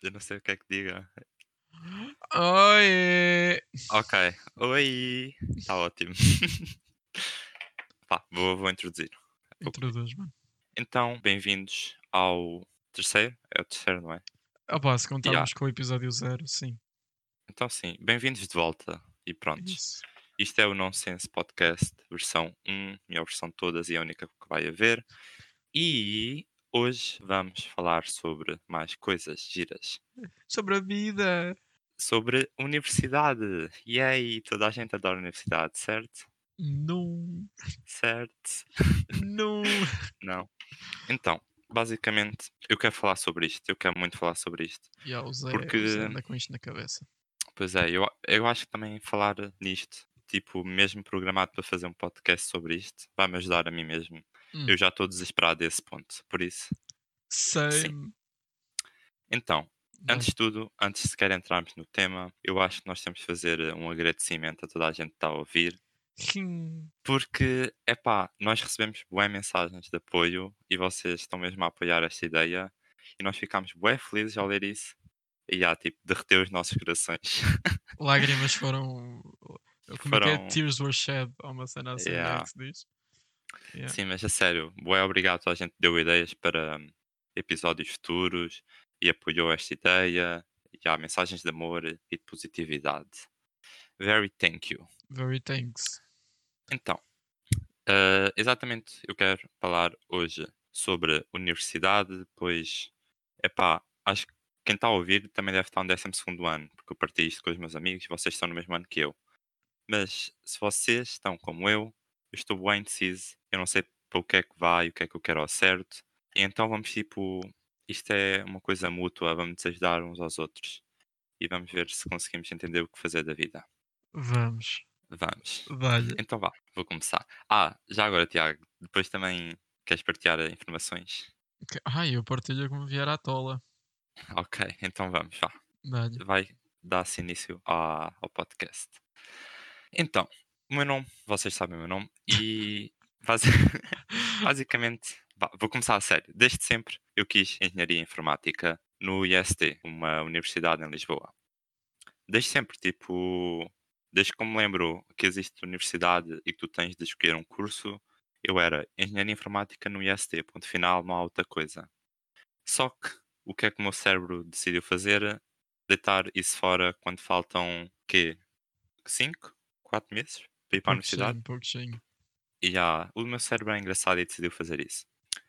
Eu não sei o que é que diga. Oi! Ok. Oi! Está ótimo. Pá, vou introduzir. Introduz, mano. Então, bem-vindos ao terceiro? É o terceiro, não é? Opa, se Yeah. contarmos com o episódio 0, sim. Então, sim, bem-vindos de volta. E pronto. Isso. Isto é o Nonsense Podcast, versão 1, melhor versão de todas e a única que vai haver. E hoje vamos falar sobre mais coisas giras. Sobre a vida. Sobre universidade. E aí, toda a gente adora universidade, certo? Não. Certo. Não. Não. Então, basicamente, eu quero falar sobre isto. Eu quero muito falar sobre isto. Yeah, o Zé Porque, anda com isto na cabeça. pois é, eu acho que também falar nisto, tipo, mesmo programado para fazer um podcast sobre isto, vai-me ajudar a mim mesmo. Hum. Eu já estou desesperado desse ponto. Por isso, sim. Same. Então, Vai. antes de tudo, antes de sequer entrarmos no tema, eu acho que nós temos de fazer um agradecimento a toda a gente que está a ouvir. Porque, epá, nós recebemos bué mensagens de apoio e vocês estão mesmo a apoiar esta ideia e nós ficámos bué felizes ao ler isso e tipo, derreteu os nossos corações. Lágrimas foram. Como é que é? Foram, Tears were shed. Há uma cena assim, né? yeah. Que se diz. Yeah. Sim, mas a sério, bué obrigado a toda a gente que deu ideias para episódios futuros e apoiou esta ideia e há mensagens de amor e de positividade. Very thank you. Very thanks. Então, exatamente, eu quero falar hoje sobre universidade, pois, epá, acho que quem está a ouvir também deve estar no 12º ano, porque eu partilho isto com os meus amigos e vocês estão no mesmo ano que eu. Mas se vocês estão como eu estou bem indeciso, eu não sei para o que é que vai, o que é que eu quero ao certo, e então vamos tipo, isto é uma coisa mútua, vamos nos ajudar uns aos outros e vamos ver se conseguimos entender o que fazer da vida. Vamos. Vamos. Dá-lhe. Então vá, vou começar. Já agora, Tiago, depois também queres partilhar informações? Ai, eu partilho como vier à tola. Ok, então vamos, vá. Dá-lhe. Vai dar-se início ao podcast. Então, o meu nome, vocês sabem o meu nome, e basi- basicamente, vá, vou começar a sério. Desde sempre eu quis engenharia informática no IST, uma universidade em Lisboa. Desde sempre, tipo, desde que me lembro que existe universidade e que tu tens de escolher um curso, eu era engenharia informática no IST, ponto final, não há outra coisa. Só que o que é que o meu cérebro decidiu fazer? Deitar isso fora quando faltam, quê? 5 4 meses para ir para a universidade? Pouquinho, pouquinho. E o meu cérebro é engraçado e decidiu fazer isso.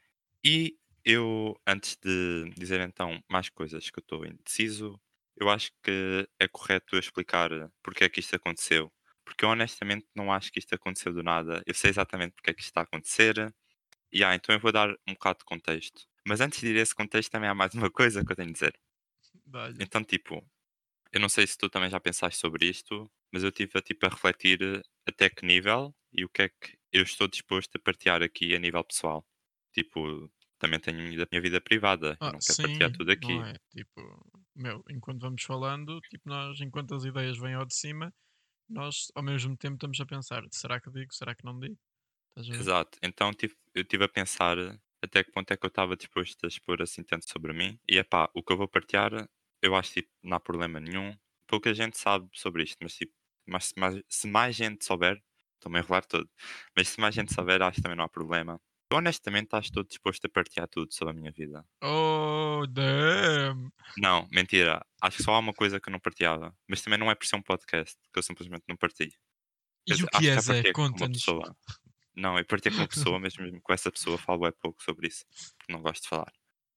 E eu, antes de dizer então mais coisas que eu estou indeciso, eu acho que é correto eu explicar porque é que isto aconteceu. Porque eu honestamente não acho que isto aconteceu do nada. Eu sei exatamente porque é que isto está a acontecer. E então eu vou dar um bocado de contexto. Mas antes de ir a esse contexto também há mais uma coisa que eu tenho de dizer. Dá-lhe. Então, tipo, eu não sei se tu também já pensaste sobre isto, mas eu estive tipo, a refletir até que nível e o que é que eu estou disposto a partilhar aqui a nível pessoal. Tipo, também tenho a minha vida privada e não quero partilhar Sim, tudo não aqui. é? Tipo, meu, enquanto vamos falando, tipo, nós, enquanto as ideias vêm ao de cima, nós ao mesmo tempo estamos a pensar, será que digo, será que não digo? Estás a ver? Exato. Então eu estive a pensar até que ponto é que eu estava disposto a expor assim tanto sobre mim. E é pá, o que eu vou partilhar, eu acho que tipo, não há problema nenhum. Pouca gente sabe sobre isto, mas tipo, se mais gente souber, estou-me a enrolar todo, mas se mais gente souber, acho que também não há problema. Eu honestamente acho que estou disposto a partilhar tudo sobre a minha vida. Oh, damn! Não, mentira. Acho que só há uma coisa que eu não partilhava, mas também não é por ser um podcast, que eu simplesmente não partilho. Quer E o dizer, que acho que é, já Zé? partilhei com uma Conta-nos. pessoa. Não, eu partilhei com uma pessoa, mas mesmo com essa pessoa falo é pouco sobre isso, porque não gosto de falar.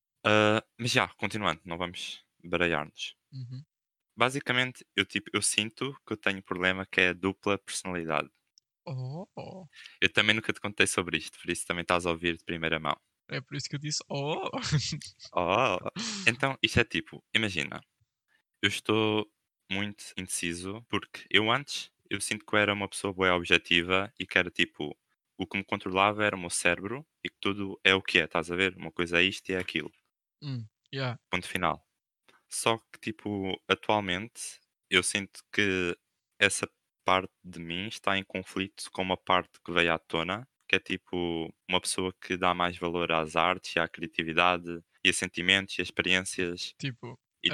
Mas já, continuando, não vamos baralhar-nos. Uhum. Basicamente, eu sinto que eu tenho um problema que é a dupla personalidade. Oh, Eu também nunca te contei sobre isto, por isso também estás a ouvir de primeira mão. é por isso que eu disse, oh! Oh! Então, isto é tipo, imagina, eu estou muito indeciso porque eu antes, eu sinto que eu era uma pessoa bem objetiva e que era tipo, o que me controlava era o meu cérebro e que tudo é o que é, estás a ver? Uma coisa é isto e é aquilo. Yeah, Ponto final. Só que, tipo, atualmente eu sinto que essa parte de mim está em conflito com uma parte que veio à tona, que é tipo uma pessoa que dá mais valor às artes e à criatividade e a sentimentos e a experiências tipo, E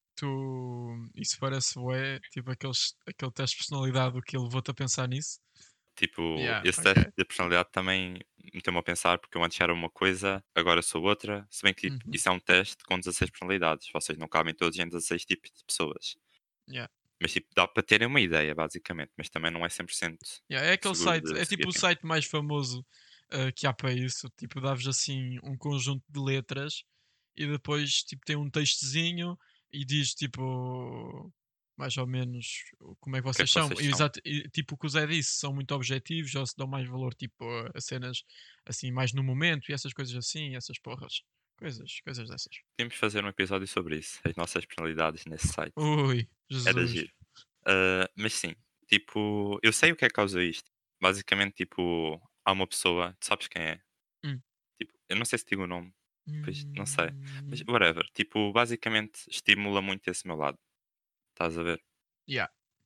Isso parece bué, tipo aquele teste de personalidade, o que ele levou-te a pensar nisso? tipo, Yeah, esse teste ok. de personalidade também meteu-me a pensar, porque eu antes era uma coisa, agora sou outra. Se bem que tipo, Uhum. isso é um teste com 16 personalidades, vocês não cabem todos em 16 tipos de pessoas. Yeah. Mas tipo, dá para terem uma ideia, basicamente, mas também não é 100% Yeah, é aquele seguro site, de é tipo o seguirem. site mais famoso que há para isso. Tipo, dá-vos assim um conjunto de letras e depois tipo, tem um textozinho e diz tipo mais ou menos como é que O que é vocês que são. vocês E, são? tipo o que o Zé disse, são muito objetivos, ou se dão mais valor tipo a cenas assim mais no momento e essas coisas assim, essas porras. Coisas dessas. Temos de fazer um episódio sobre isso, as nossas personalidades nesse site. Ui, Era Jesus. giro. Mas sim, tipo, eu sei o que é que causa isto. Basicamente, tipo, há uma pessoa, tu sabes quem é? Hum. Tipo, eu não sei se digo o nome, pois não sei. Mas Hum, whatever, tipo, basicamente estimula muito esse meu lado. Estás a ver? yeah.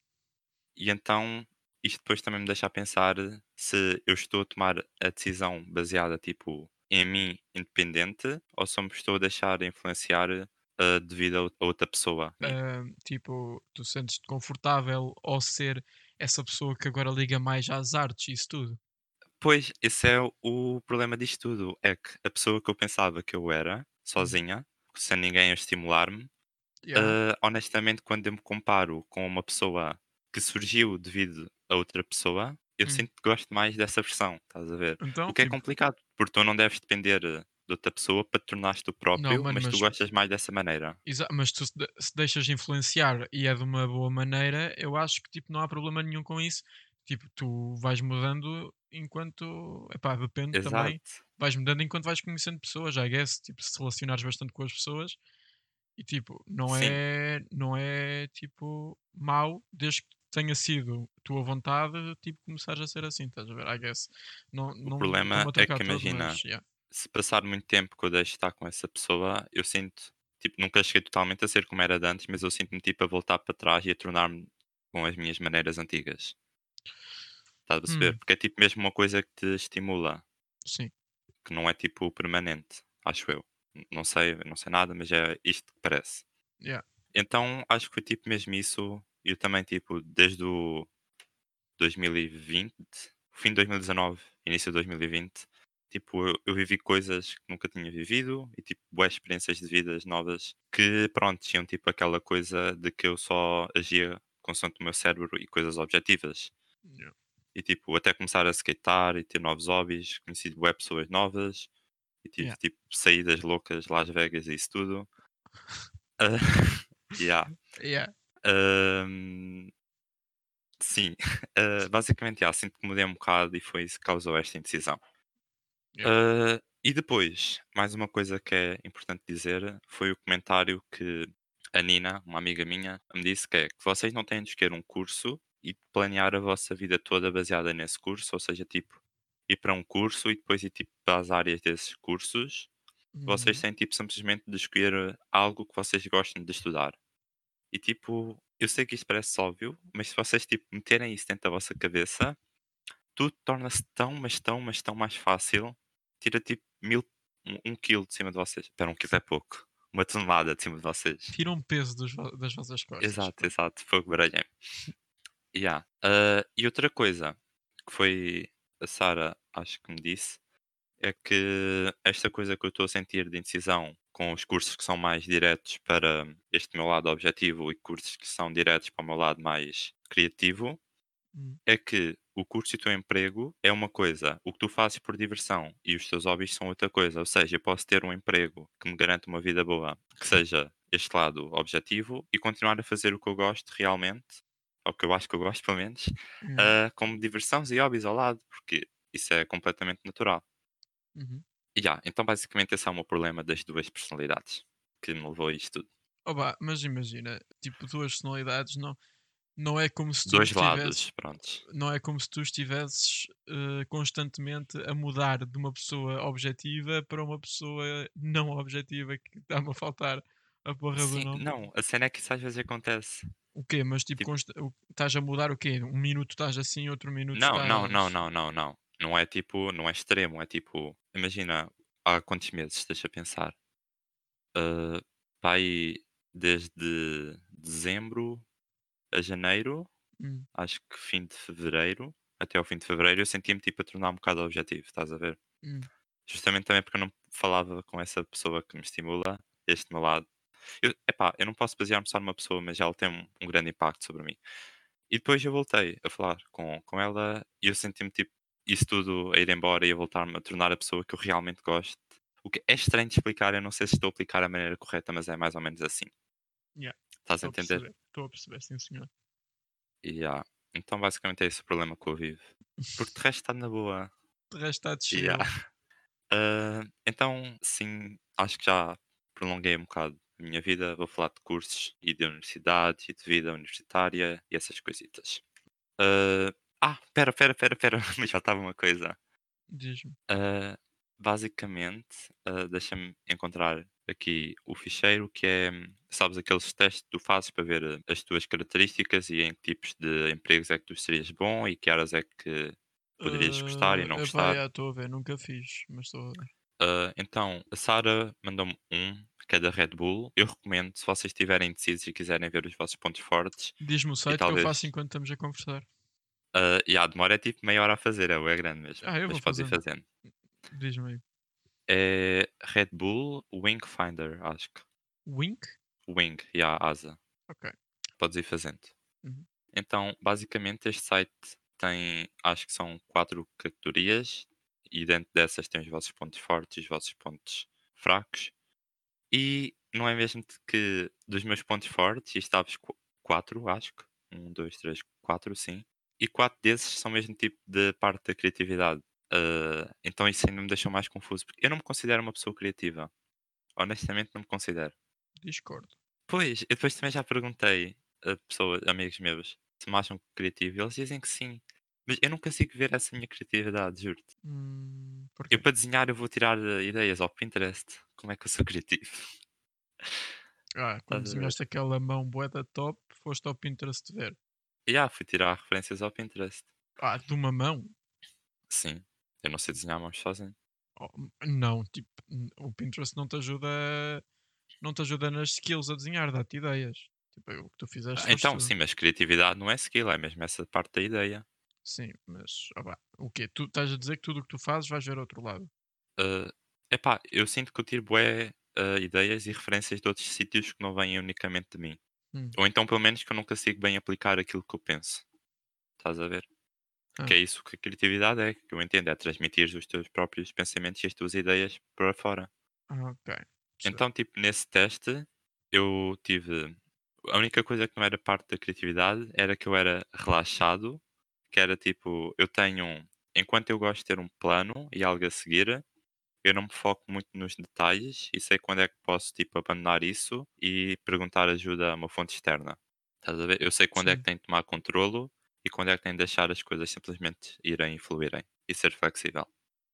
E então, isto depois também me deixa a pensar se eu estou a tomar a decisão baseada, tipo, em mim independente ou se eu me estou a deixar influenciar devido a outra pessoa. Tipo, tu sentes-te confortável ao ser essa pessoa que agora liga mais às artes e isso tudo? Pois, esse é o problema disto tudo. É que a pessoa que eu pensava que eu era, Hum, sozinha, sem ninguém a estimular-me, yeah. honestamente, quando eu me comparo com uma pessoa que surgiu devido a outra pessoa, eu Hum. sinto que gosto mais dessa versão, estás a ver? O Então, que é tipo, complicado, porque tu não deves depender de outra pessoa para te tornares tu não, próprio, mano, mas tu gostas mais dessa maneira. mas tu se deixas influenciar e é de uma boa maneira, eu acho que tipo, não há problema nenhum com isso. Tipo, tu vais mudando enquanto, epá, depende também, Exato. vais mudando enquanto vais conhecendo pessoas, I guess, tipo, se relacionares bastante com as pessoas. E tipo, Sim, não é tipo mau, desde que tenha sido tua vontade, tipo, começares a ser assim, estás a ver? I guess. o Não problema estou-me a é trocar que todo, mas imagina, yeah. se passar muito tempo que eu deixo de estar com essa pessoa, eu sinto, tipo, nunca cheguei totalmente a ser como era de antes, mas eu sinto-me tipo a voltar para trás e a tornar-me com as minhas maneiras antigas. Estás a perceber? Hum, Porque é tipo mesmo uma coisa que te estimula, sim, que não é tipo permanente, acho eu. Não sei nada, mas é isto que parece. yeah. Então acho que foi tipo mesmo isso. Eu também, tipo, desde o 2020, fim de 2019, início de 2020, tipo, eu vivi coisas que nunca tinha vivido e tipo, boas experiências de vidas novas que, pronto, tinham tipo aquela coisa de que eu só agia consoante o meu cérebro e coisas objetivas. Yeah. E tipo, até começar a skatear e ter novos hobbies, conheci web pessoas novas e tive Yeah. tipo saídas loucas, Las Vegas e isso tudo. Ah, yeah. Yeah. Ahm, sim, basicamente, yeah, sinto que mudei um bocado e foi isso que causou esta indecisão. Yeah. E depois, mais uma coisa que é importante dizer foi o comentário que a Nina, uma amiga minha, me disse que é que vocês não têm de escolher um curso e planear a vossa vida toda baseada nesse curso, ou seja, tipo, ir para um curso e depois ir tipo para as áreas desses cursos. Vocês Uhum. têm tipo simplesmente de escolher algo que vocês gostem de estudar. E tipo, eu sei que isto parece óbvio, mas se vocês tipo meterem isso dentro da vossa cabeça, tudo torna-se tão, mas tão, mas tão mais fácil. Tira tipo um quilo de cima de vocês. Espera, um quilo é pouco. Uma tonelada de cima de vocês. Tira um peso das vossas costas. Exato, exato. Fogo baralhei. Yeah. E outra coisa que foi a Sara, acho que me disse, é que esta coisa que eu estou a sentir de indecisão com os cursos que são mais diretos para este meu lado objetivo e cursos que são diretos para o meu lado mais criativo, Hum, é que o curso e o teu emprego é uma coisa, o que tu fazes por diversão e os teus hobbies são outra coisa. Ou seja, eu posso ter um emprego que me garante uma vida boa, que seja este lado objetivo, e continuar a fazer o que eu gosto realmente, ou o que eu acho que eu gosto, pelo menos, hum, como diversão e hobbies ao lado, porque isso é completamente natural. uhum. E já, então basicamente esse é o meu problema das duas personalidades que me levou a isto tudo. Oba, mas imagina, tipo, duas personalidades não é como se tu Dois estivesses lados, prontos. não é como se tu estivesses, constantemente a mudar de uma pessoa objetiva para uma pessoa não objetiva, que está-me a faltar a porra do Sim, nome. não, a cena é que isso às vezes acontece. O quê? Mas tipo Tipo, estás a mudar o quê? Um minuto estás assim, outro minuto não, não, não, estás não, não, não. Não é tipo, não é extremo, é tipo, imagina, há quantos meses, deixa eu pensar. Uh, pá, aí desde dezembro a janeiro, Hum, acho que fim de fevereiro, até ao fim de fevereiro, eu sentia-me tipo a tornar um bocado objetivo, estás a ver? hum. Justamente também porque eu não falava com essa pessoa que me estimula, este meu lado. Eu não posso basear-me só numa pessoa, mas ela tem um grande impacto sobre mim. E depois eu voltei a falar com ela e eu senti-me tipo isso tudo a ir embora e a voltar-me a tornar a pessoa que eu realmente gosto. O que é estranho de explicar, eu não sei se estou a aplicar a maneira correta, mas é mais ou menos assim. Yeah, Estás a entender? estou a perceber, sim senhor. E então basicamente é esse o problema que eu vivo. Porque de resto está na boa. De resto está de E chill. então, sim, acho que já prolonguei um bocado a minha vida. Vou falar de cursos e de universidade e de vida universitária e essas coisitas. Ah, pera, mas já estava uma coisa. Diz-me. Ah, basicamente, deixa-me encontrar aqui o ficheiro que é, sabes, aqueles testes que tu fazes para ver as tuas características e em que tipos de empregos é que tu serias bom e que áreas é que poderias gostar e não Epá, gostar. já estou a ver, nunca fiz, mas estou a ver. Então, a Sara mandou-me que é da Red Bull. Eu recomendo, se vocês estiverem indecisos e quiserem ver os vossos pontos fortes, Diz-me o e site que eu faço talvez. enquanto estamos a conversar. A demora é tipo meia hora a fazer, é grande mesmo, Ah, eu vou mas podes ir fazendo. fazendo. Diz-me aí. É Red Bull Wing Finder, acho que. Wink? Wing, asa. Ok. Podes ir fazendo. Uhum. Então, basicamente, este site tem, acho que são quatro categorias, e dentro dessas tem os vossos pontos fortes e os vossos pontos fracos. E não é mesmo de que dos meus pontos fortes, e estavas 4, acho que. Um, 2, 3, 4, sim. E 4 desses são mesmo tipo de parte da criatividade. Então isso ainda me deixou mais confuso, porque eu não me considero uma pessoa criativa. Honestamente, não me considero. Discordo. Pois, eu depois também já perguntei a pessoas, amigos meus, se me acham criativo, e eles dizem que sim. Mas eu não consigo ver essa minha criatividade, juro-te. Eu Porquê? para desenhar eu vou tirar ideias ao Pinterest. Como é que eu sou criativo? Ah, quando Estás a ver? desenhaste aquela mão bué da top, foste ao Pinterest ver. Fui tirar referências ao Pinterest. Ah, de uma mão? Sim, eu não sei desenhar mãos sozinho. Oh, não, tipo, o Pinterest não te ajuda nas skills a desenhar, dá-te ideias. Tipo, o que tu fizeste foste Então, tu. sim, mas criatividade não é skill, é mesmo essa parte da ideia. Sim, mas o quê? Tu estás a dizer que tudo o que tu fazes vais ver outro lado. Uh, eu sinto que eu tiro bué ideias e referências de outros sítios que não vêm unicamente de mim. Hum, Ou então, pelo menos, que eu não consigo bem aplicar aquilo que eu penso. Estás a ver? Que ah, é isso que a criatividade é, que eu entendo, é transmitir os teus próprios pensamentos e as tuas ideias para fora. ok. Percebi. Então, tipo, nesse teste, eu tive. A única coisa que não era parte da criatividade era que eu era relaxado, que era tipo, eu tenho. Enquanto eu gosto de ter um plano e algo a seguir, eu não me foco muito nos detalhes e sei quando é que posso, tipo, abandonar isso e perguntar ajuda a uma fonte externa. Estás a ver? Eu sei quando é que Sim, tenho de tomar controlo e quando é que tenho de deixar as coisas simplesmente irem e fluírem e ser flexível.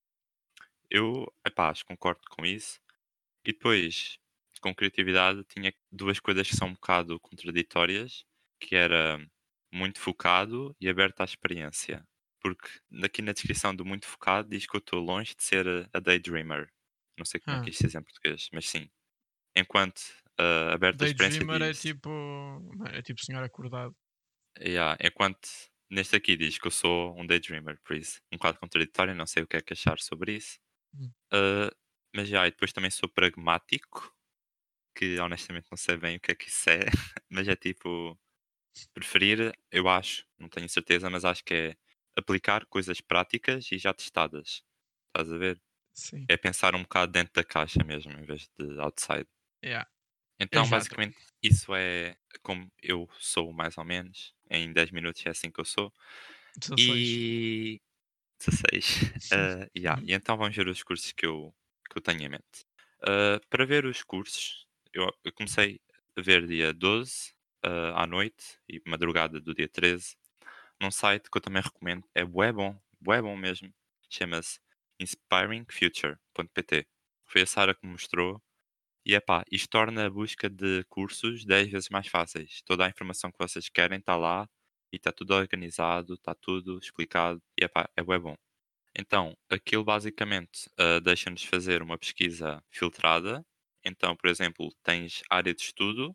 Acho que concordo com isso. E depois, com criatividade, tinha duas coisas que são um bocado contraditórias, que era muito focado e aberto à experiência. Porque aqui na descrição do muito focado diz que eu estou longe de ser a daydreamer. Não sei como é que ah. isto se diz em português, mas sim. Enquanto aberto à experiência Daydreamer diz. é tipo sonhar acordado. Enquanto neste aqui diz que eu sou um daydreamer, por isso um bocado contraditório, não sei o que é que achar sobre isso. Hum, Ah, mas e depois também sou pragmático, que honestamente não sei bem o que é que isso é, mas é tipo, preferir, eu acho, não tenho certeza, mas acho que é aplicar coisas práticas e já testadas. Estás a ver? sim. É pensar um bocado dentro da caixa mesmo, em vez de outside. Yeah. Eu Então, já estou. basicamente, isso é como eu sou, mais ou menos. Em 10 minutos é assim que eu sou. 16. E 16. E então vamos ver os cursos que eu tenho em mente. Para ver os cursos, eu comecei a ver dia 12 à noite e madrugada do dia 13 num site que eu também recomendo. É bué bom mesmo. Chama-se inspiringfuture.pt. Foi a Sara que me mostrou. E isto torna a busca de cursos 10 vezes mais fáceis. Toda a informação que vocês querem está lá e está tudo organizado, está tudo explicado. E é bué bom. Então, aquilo basicamente deixa-nos fazer uma pesquisa filtrada. Então, por exemplo, tens área de estudo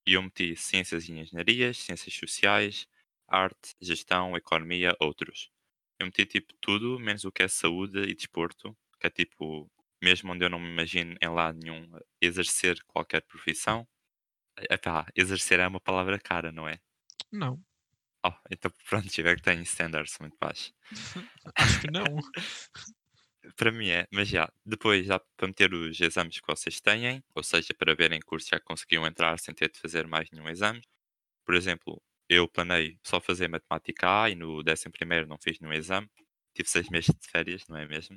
E eu meti ciências e engenharias, ciências sociais, arte, gestão, economia, outros. Eu meti tipo tudo, menos o que é saúde e desporto, que é tipo, mesmo onde eu não me imagino em lado nenhum exercer qualquer profissão. Epá, exercer é uma palavra cara, não é? Não, Oh, então pronto, tiver que tem standards muito baixos. acho que não. Para mim é, mas já, depois dá para meter os exames que vocês têm, ou seja, para verem cursos já conseguiam entrar sem ter de fazer mais nenhum exame. Por exemplo, eu planei só fazer matemática A e no 11º não fiz nenhum exame. Tive 6 meses de férias, não é mesmo?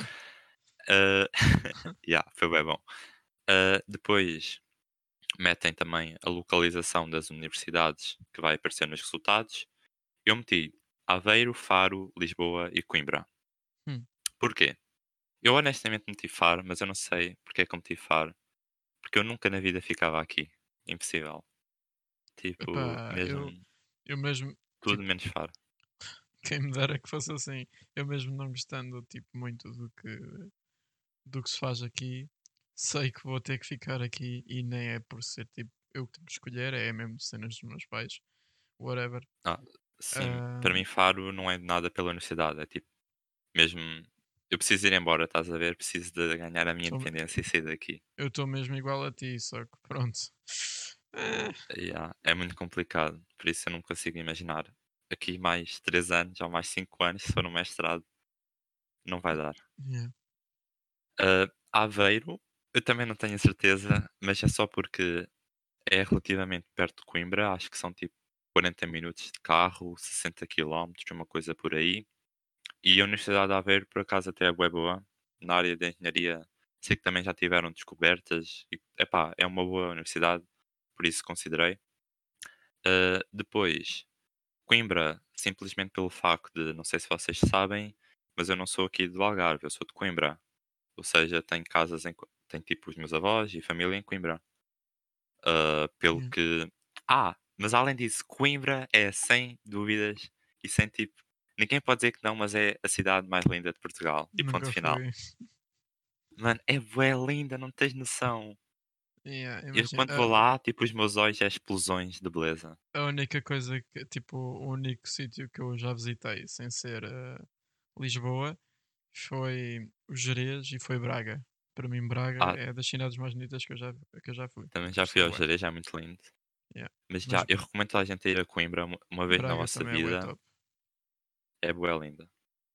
Ah, foi bem bom. Depois metem também a localização das universidades que vai aparecer nos resultados. Eu meti Aveiro, Faro, Lisboa e Coimbra. Hum, Porquê? Eu honestamente meti Faro, mas eu não sei porque é que eu meti Faro. Porque eu nunca na vida ficava aqui. Impossível. Tipo, epá, mesmo eu mesmo, tudo tipo, menos Faro. quem me dera que fosse assim, eu mesmo não gostando, tipo, muito do que se faz aqui, sei que vou ter que ficar aqui e nem é por ser, tipo, eu que tenho que escolher, é mesmo cenas dos meus pais, whatever. Ah, sim, para Ahm, mim Faro não é nada pela universidade. É tipo, mesmo. Eu preciso ir embora, estás a ver? Preciso de ganhar a minha tô- independência e sair daqui. eu estou mesmo igual a ti, só que pronto. Eh, É muito complicado. Por isso eu não consigo imaginar. Aqui mais 3 anos ou mais 5 anos, se for no mestrado, não vai dar. yeah, Aveiro, eu também não tenho certeza, mas é só porque é relativamente perto de Coimbra, acho que são tipo 40 minutos de carro, 60 quilómetros, uma coisa por aí. E a Universidade de Aveiro, por acaso, até é bué boa. Na área de engenharia, sei que também já tiveram descobertas. E, epá, é uma boa universidade, por isso considerei. Depois, Coimbra, simplesmente pelo facto de, não sei se vocês sabem, mas eu não sou aqui do Algarve, eu sou de Coimbra. Ou seja, tenho casas tenho tipo os meus avós e família em Coimbra. Pelo yeah. que. Mas além disso, Coimbra é sem dúvidas e sem tipo. Ninguém pode dizer que não, mas é a cidade mais linda de Portugal. E ponto Nunca final. fui. Mano, é bué linda, não tens noção. Yeah, Eu imagina, quando vou lá, tipo, os meus olhos é explosões de beleza. a única coisa que, tipo, o único sítio que eu já visitei sem ser Lisboa foi o Gerês e foi Braga. Para mim, Braga Ah, é das cidades mais bonitas que eu já fui. também Tipo, já fui gostei ao bué. Jerez, é muito lindo. Yeah. Mas já, Mas eu recomendo a gente ir a Coimbra uma vez na Braga vossa também é bué vida. top. É bué linda.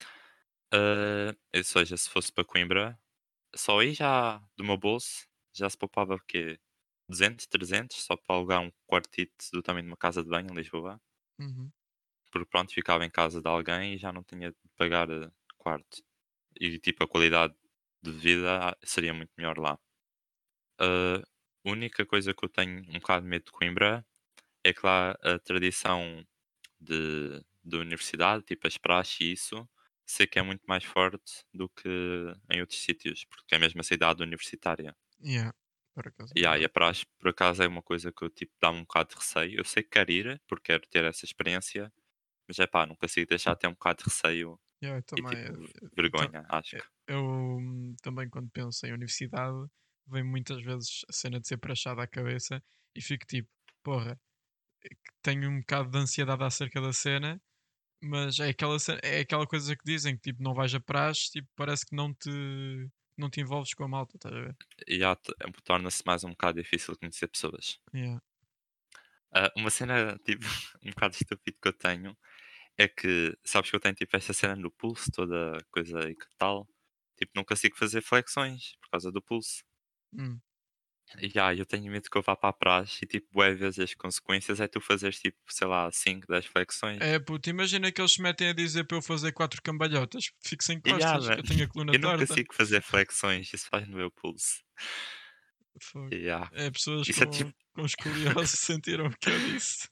Ou seja, se fosse para Coimbra, só aí já do meu bolso, já se poupava o quê? 200, 300, só para alugar um quartito do tamanho de uma casa de banho em Lisboa. Uhum. Porque pronto, ficava em casa de alguém e já não tinha de pagar quarto. E tipo, a qualidade de vida seria muito melhor lá. A única coisa que eu tenho um bocado de medo de Coimbra é que lá a tradição de universidade, tipo as praxes e isso, sei que é muito mais forte do que em outros sítios, porque é mesmo a cidade universitária. Yeah. Por acaso é E verdade. a praxe, por acaso, é uma coisa que eu tipo, dá-me um bocado de receio. Eu sei que quero ir, porque quero ter essa experiência, mas é pá, não consigo deixar de ter um bocado de receio Yeah, eu e também. tipo Então, vergonha, acho que. também quando penso em universidade, vem muitas vezes a cena de ser prachada à cabeça e fico tipo, porra, que tenho um bocado de ansiedade acerca da cena, mas é aquela coisa que dizem que tipo, não vais a praxe, tipo, parece que não te envolves com a malta, estás a ver? Torna-se mais um bocado difícil conhecer pessoas. Yeah. Uma cena, tipo, um bocado estúpido que eu tenho é que, sabes que eu tenho tipo esta cena no pulso, toda coisa e que tal. Tipo, não consigo fazer flexões por causa do pulso. Hum. Eu tenho medo que eu vá para a praxe e tipo, bué vezes as consequências é tu fazeres tipo, sei lá, 5 10 flexões. É, puto, imagina que eles se metem a dizer para eu fazer quatro cambalhotas, fico sem costas, Mano, eu tenho a coluna eu não torta. consigo fazer flexões, isso faz no meu pulso. Fogo. Yeah. É, pessoas Isso é tipo. com escoliose sentiram o que eu disse.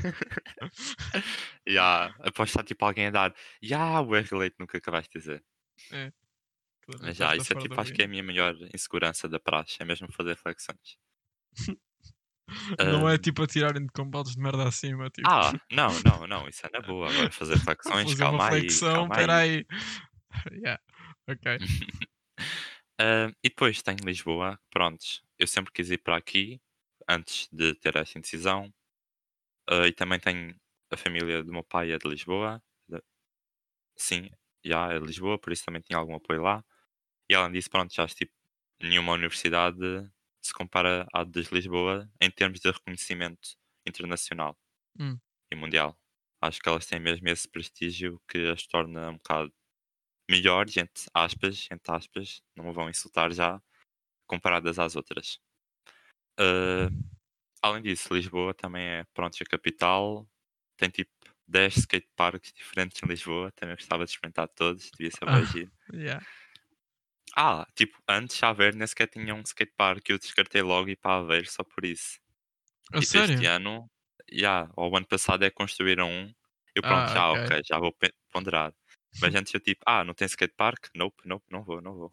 Após estar tipo alguém a dar, o R-Leite nunca acabaste de dizer. É, aquilo ali Mas está isso é fora da tipo, acho que é a linha. minha maior insegurança da praxe, é mesmo fazer flexões. Não é Ahm, tipo a tirarem de combates de merda acima, tipo, não, não, não, isso é na boa. Agora fazer vou flexões, fazer uma calma aí, flexão, calma aí. peraí. Yeah, ok. E depois tem Lisboa, prontos. Eu sempre quis ir para aqui, antes de ter esta indecisão. E também tenho a família do meu pai é de Lisboa. de- Sim, já é de Lisboa, por isso também tinha algum apoio lá. E além disso, pronto, já tipo, nenhuma universidade se compara à de Lisboa em termos de reconhecimento internacional Hum. e mundial. Acho que elas têm mesmo esse prestígio que as torna um bocado melhores, entre aspas, não me vão insultar já, comparadas às outras. Ah, Além disso, Lisboa também é, pronto, a capital. Tem tipo 10 skateparks diferentes em Lisboa. Também gostava de experimentar todos, devia ser bem Ah, giro. yeah. Tipo, antes a Aveiro nem sequer tinha um skatepark. Eu descartei logo e para Aveiro só por isso. A Tipo, este sério? ano, ou o ano passado é que construíram um. Eu pronto, Ah, já ok. ok, já vou ponderar. Mas antes eu tipo, não tem skatepark? Nope, nope, não vou, não vou.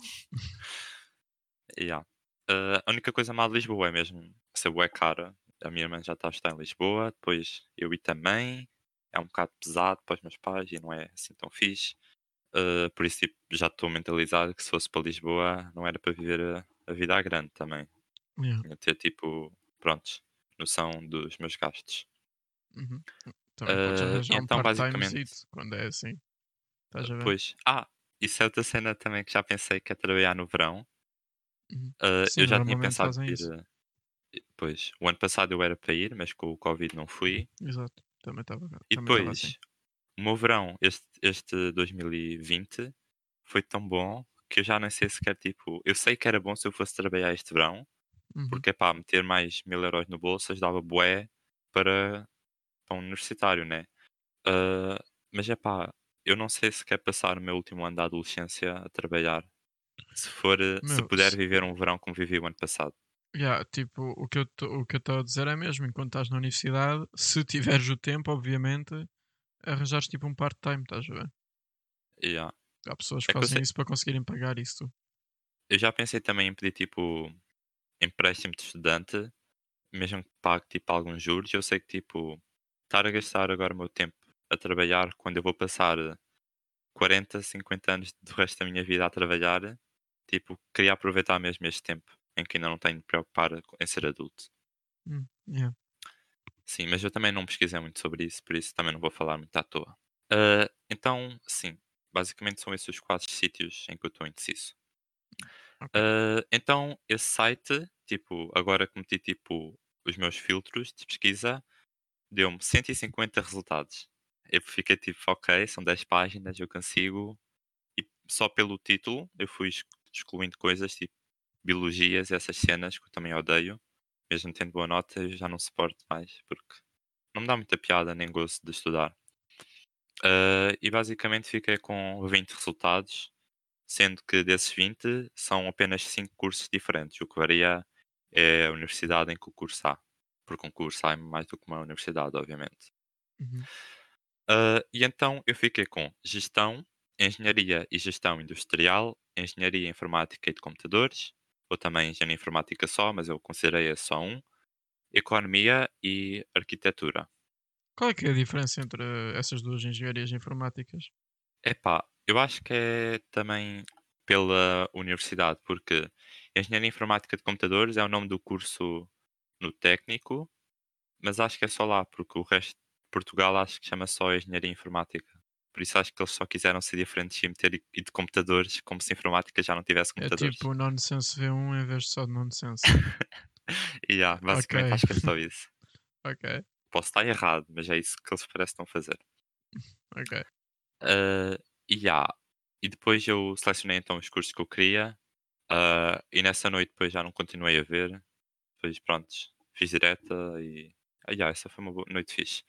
Yeah. A única coisa má de Lisboa é mesmo ser bué cara. A minha irmã já está a estar em Lisboa, depois eu ir também. É um bocado pesado para os meus pais e não é assim tão fixe. Por isso tipo, já estou mentalizado que se fosse para Lisboa não era para viver a vida à grande também. Yeah. Tinha de ter tipo, prontos, noção dos meus gastos. Uhum. Também podes E arranjar um então basicamente, part-timezito quando é assim. Estás a ver? pois, isso é outra cena também que já pensei que é trabalhar no verão. Uhum. Eu Sim, já tinha normalmente pensado fazem ir. isso. Pois, o ano passado eu era para ir, mas com o Covid não fui. Exato. Também E estava assim. depois, o meu verão, este 2020, foi tão bom que eu já nem sei sequer, tipo, eu sei que era bom se eu fosse trabalhar este verão, Uhum. porque, pá, meter mais 1000 € no bolso ajudava bué para um universitário, né? Ah, mas é pá, eu não sei se quer passar o meu último ano da adolescência a trabalhar, se Meu, puder viver um verão como vivi o ano passado. yeah, tipo, o que eu estou a dizer é mesmo, enquanto estás na universidade, se tiveres o tempo, obviamente, arranjares tipo um part-time, estás a ver? Yeah. Há pessoas que É que fazem isso para conseguirem pagar isso. eu já pensei também em pedir, tipo, empréstimo de estudante, mesmo que pague tipo alguns juros, eu sei que tipo estar a gastar agora o meu tempo a trabalhar quando eu vou passar 40, 50 anos do resto da minha vida a trabalhar, tipo, queria aproveitar mesmo este tempo em que ainda não tenho de me preocupar em ser adulto. Yeah. Sim, mas eu também não pesquisei muito sobre isso, por isso também não vou falar muito à toa. Então, sim, basicamente são esses os quatro sítios em que eu estou indeciso. Ok. Então, esse site, tipo, agora que meti tipo os meus filtros de pesquisa, deu-me 150 resultados. Eu fiquei tipo, ok, são 10 páginas, eu consigo. E só pelo título eu fui excluindo coisas tipo biologias, essas cenas que eu também odeio. Mesmo tendo boa nota, eu já não suporto mais, porque não me dá muita piada nem gosto de estudar. E basicamente fiquei com 20 resultados, sendo que desses 20 são apenas 5 cursos diferentes. O que varia é a universidade em que o curso há. Porque um curso há mais do que uma universidade, obviamente. Uhum. E então eu fiquei com gestão, engenharia e gestão industrial, engenharia informática e de computadores, ou também engenharia informática só, mas eu considerei esse só um, economia e arquitetura. Qual é que é a diferença entre essas duas engenharias informáticas? Epá, eu acho que é também pela universidade, porque engenharia informática de computadores é o nome do curso no técnico, mas acho que é só lá, porque o resto de Portugal acho que chama só engenharia informática. Por isso acho que eles só quiseram ser diferentes e meter e de computadores, como se informática já não tivesse É computadores. tipo Nonsense V1 em vez de só de Nonsense. E Ok, basicamente acho que é só isso. ok, Posso estar errado, mas é isso que eles parecem não fazer. ok. Ah, e e depois eu selecionei então os cursos que eu queria, e nessa noite depois já não continuei a ver. Depois, pronto, fiz direta e. Essa foi uma noite fixe.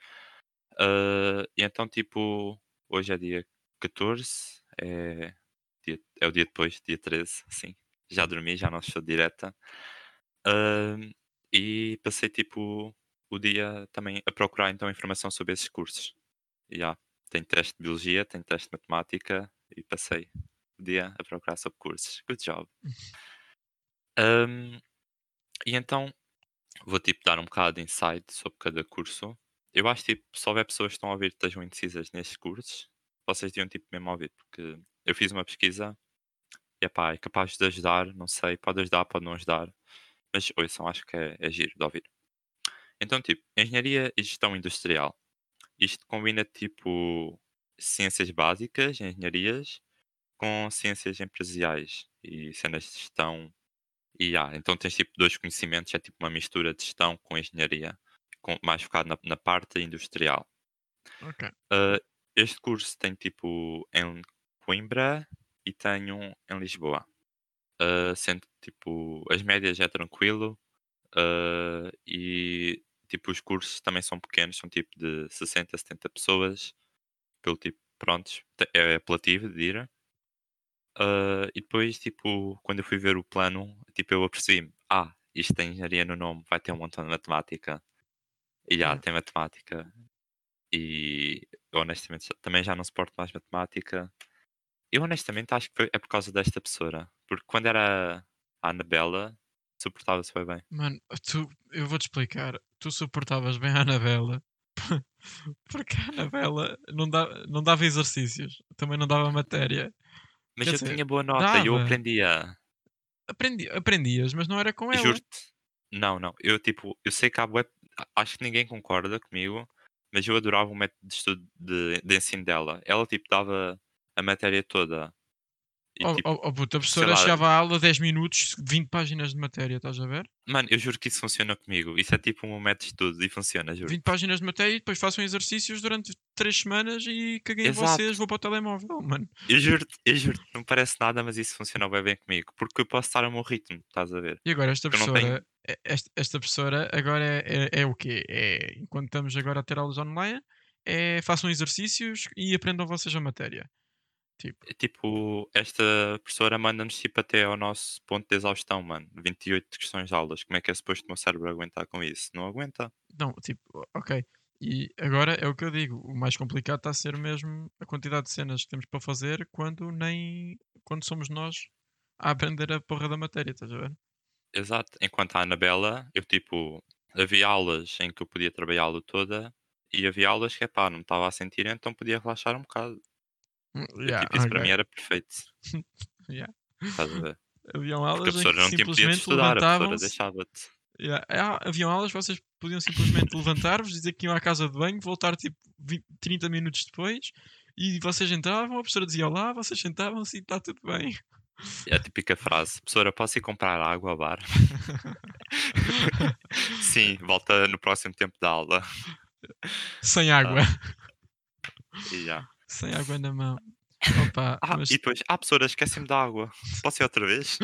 E então, tipo, hoje é dia 14, é o dia depois, dia 13, sim. Já dormi, já não estou de direta. Ahm, e passei, tipo, o dia também a procurar então informação sobre esses cursos. E tem teste de biologia, tem teste de matemática e passei o dia a procurar sobre cursos. Good job. Ahm, e então vou tipo dar um bocado de insight sobre cada curso. Eu acho tipo, se houver pessoas que estão a ouvir que estejam indecisas nestes cursos, vocês deviam tipo mesmo ouvir, porque eu fiz uma pesquisa e epá, é capaz de ajudar, não sei, pode ajudar, pode não ajudar, mas ouçam, acho que é giro de ouvir. Então, tipo, engenharia e gestão industrial. Isto combina, tipo, ciências básicas, engenharias, com ciências empresariais e cenas de gestão. Então tens tipo dois conhecimentos, é tipo uma mistura de gestão com engenharia, mais focado na parte industrial. Ok. Ah, este curso tem tipo em Coimbra e tem um em Lisboa. Sendo tipo, as médias é tranquilo, e tipo os cursos também são pequenos, são tipo de 60 70 pessoas, pelo tipo, prontos, é apelativo de ir. E depois, tipo, quando eu fui ver o plano, tipo, eu apercebi-me, isto tem engenharia no nome, vai ter um montão de matemática. Yeah. Tem matemática. E eu honestamente também já não suporto mais matemática. Eu honestamente acho que é por causa desta professora. Porque quando era a Anabela, suportava-se bem bem. Mano, eu vou-te explicar. Tu suportavas bem a Anabela. Porque a Anabela não dava exercícios. Também não dava matéria. Mas Quer eu dizer, tinha boa nota e eu dava. aprendia. Aprendias, mas não era com ela. Juro-te. Não, não. Eu, tipo, eu sei que há bué acho que ninguém concorda comigo, mas eu adorava o método de estudo de ensino dela. Ela, tipo, dava a matéria toda e, Oh, tipo, oh, oh puta, a sei professora lá, chegava à aula 10 minutos, 20 páginas de matéria, estás a ver? mano, eu juro que isso funciona comigo. Isso é tipo um método de estudo e funciona, 20 juro-te. páginas de matéria e depois façam exercícios durante 3 semanas e caguei em vocês, Exato. vou para o telemóvel, mano. Eu juro-te, não parece nada, mas isso funciona bem bem comigo, porque eu posso estar ao meu ritmo, estás a ver? E agora esta Porque eu não tenho. professora, esta professora agora é o quê? É, enquanto estamos agora a ter aulas online, façam exercícios e aprendam vocês a matéria. Tipo, Tipo, esta professora manda-nos tipo até ao nosso ponto de exaustão, mano. 28 questões de aulas. Como é que é suposto o meu cérebro aguentar com isso? Não aguenta. não, tipo, ok. E agora é o que eu digo, o mais complicado está a ser mesmo a quantidade de cenas que temos para fazer quando somos nós a aprender a porra da matéria, estás a ver? Exato. Enquanto a Anabela, eu tipo, havia aulas em que eu podia trabalhar a aula toda e havia aulas que, não me estava a sentir, então podia relaxar um bocado. Eu Yeah, tipo, isso para mim ok. era perfeito. Yeah. Estás a ver? Haviam Porque a aulas em que professora não tinha podia de simplesmente estudar, a professora levantavam-se. deixava-te. Yeah. Haviam aulas que vocês podiam simplesmente levantar-vos, dizer que iam à casa de banho, voltar tipo 30 minutos depois e vocês entravam, a professora dizia olá, vocês sentavam-se e está tudo bem. É a típica frase: professora, posso ir comprar água ao bar? Sim, volta no próximo tempo da aula. Sem água. Ah, e já. Sem água na mão. Opa, E mas depois, professora, esqueci-me da água. Posso ir outra vez?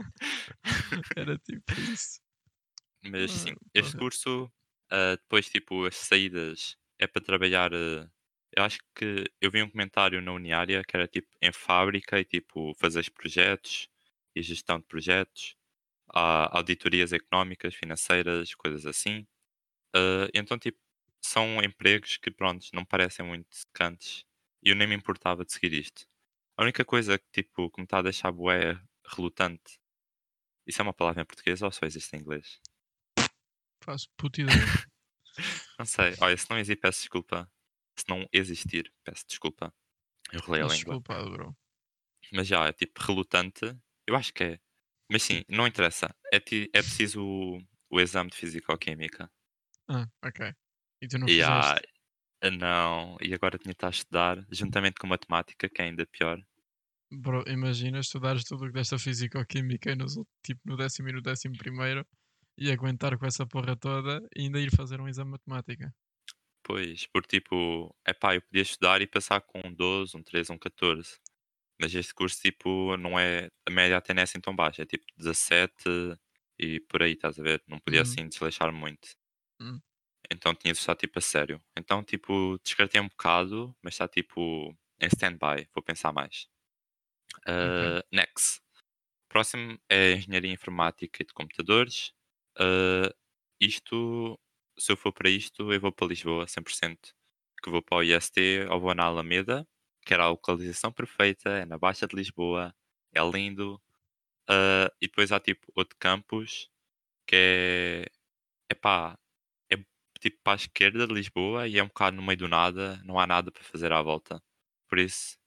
era tipo isso. Mas sim, este Porra. curso, depois, tipo, as saídas é para trabalhar. Eu acho que eu vi um comentário na Uniária que era tipo em fábrica e tipo fazer projetos e gestão de projetos, auditorias económicas, financeiras, coisas assim. Então, tipo, são empregos que, pronto, não me parecem muito secantes e eu nem me importava de seguir isto. A única coisa que, tipo, que me está a deixar bué relutante, isso é uma palavra em português ou só existe em inglês? Faço puta ideia. Não sei. Olha, se não existir, peço desculpa. Se não existir, peço desculpa. Eu relei a Estás língua. desculpado, bro. Mas já, é tipo relutante. Eu acho que é. Mas sim, não interessa. É preciso o exame de Fisicoquímica. Ok. E tu não E fizeste? não. E agora tinha estado a estudar, juntamente com matemática, que é ainda pior. Bro, imagina estudares tudo o que desta físico-química e tipo no 10º e no 11º e aguentar com essa porra toda e ainda ir fazer um exame de matemática. Pois, porque tipo, eu podia estudar e passar com um 12, um 13, um 14. Mas este curso, tipo, não é. A média até não é assim tão baixa. É tipo 17 e por aí, estás a ver? Não podia Hum, assim desleixar muito. hum, Então tinha de estar tipo a sério. Então, tipo, descartei um bocado, mas está tipo em stand-by. Vou pensar mais. ok. Next. Próximo é Engenharia Informática e de Computadores. Ah, isto, se eu for para isto, eu vou para Lisboa, 100%. Que vou para o IST ou vou na Alameda, que era a localização perfeita, é na Baixa de Lisboa, é lindo. E depois há tipo outro campus que epá, é tipo para a esquerda de Lisboa e é um bocado no meio do nada, não há nada para fazer à volta. Por isso,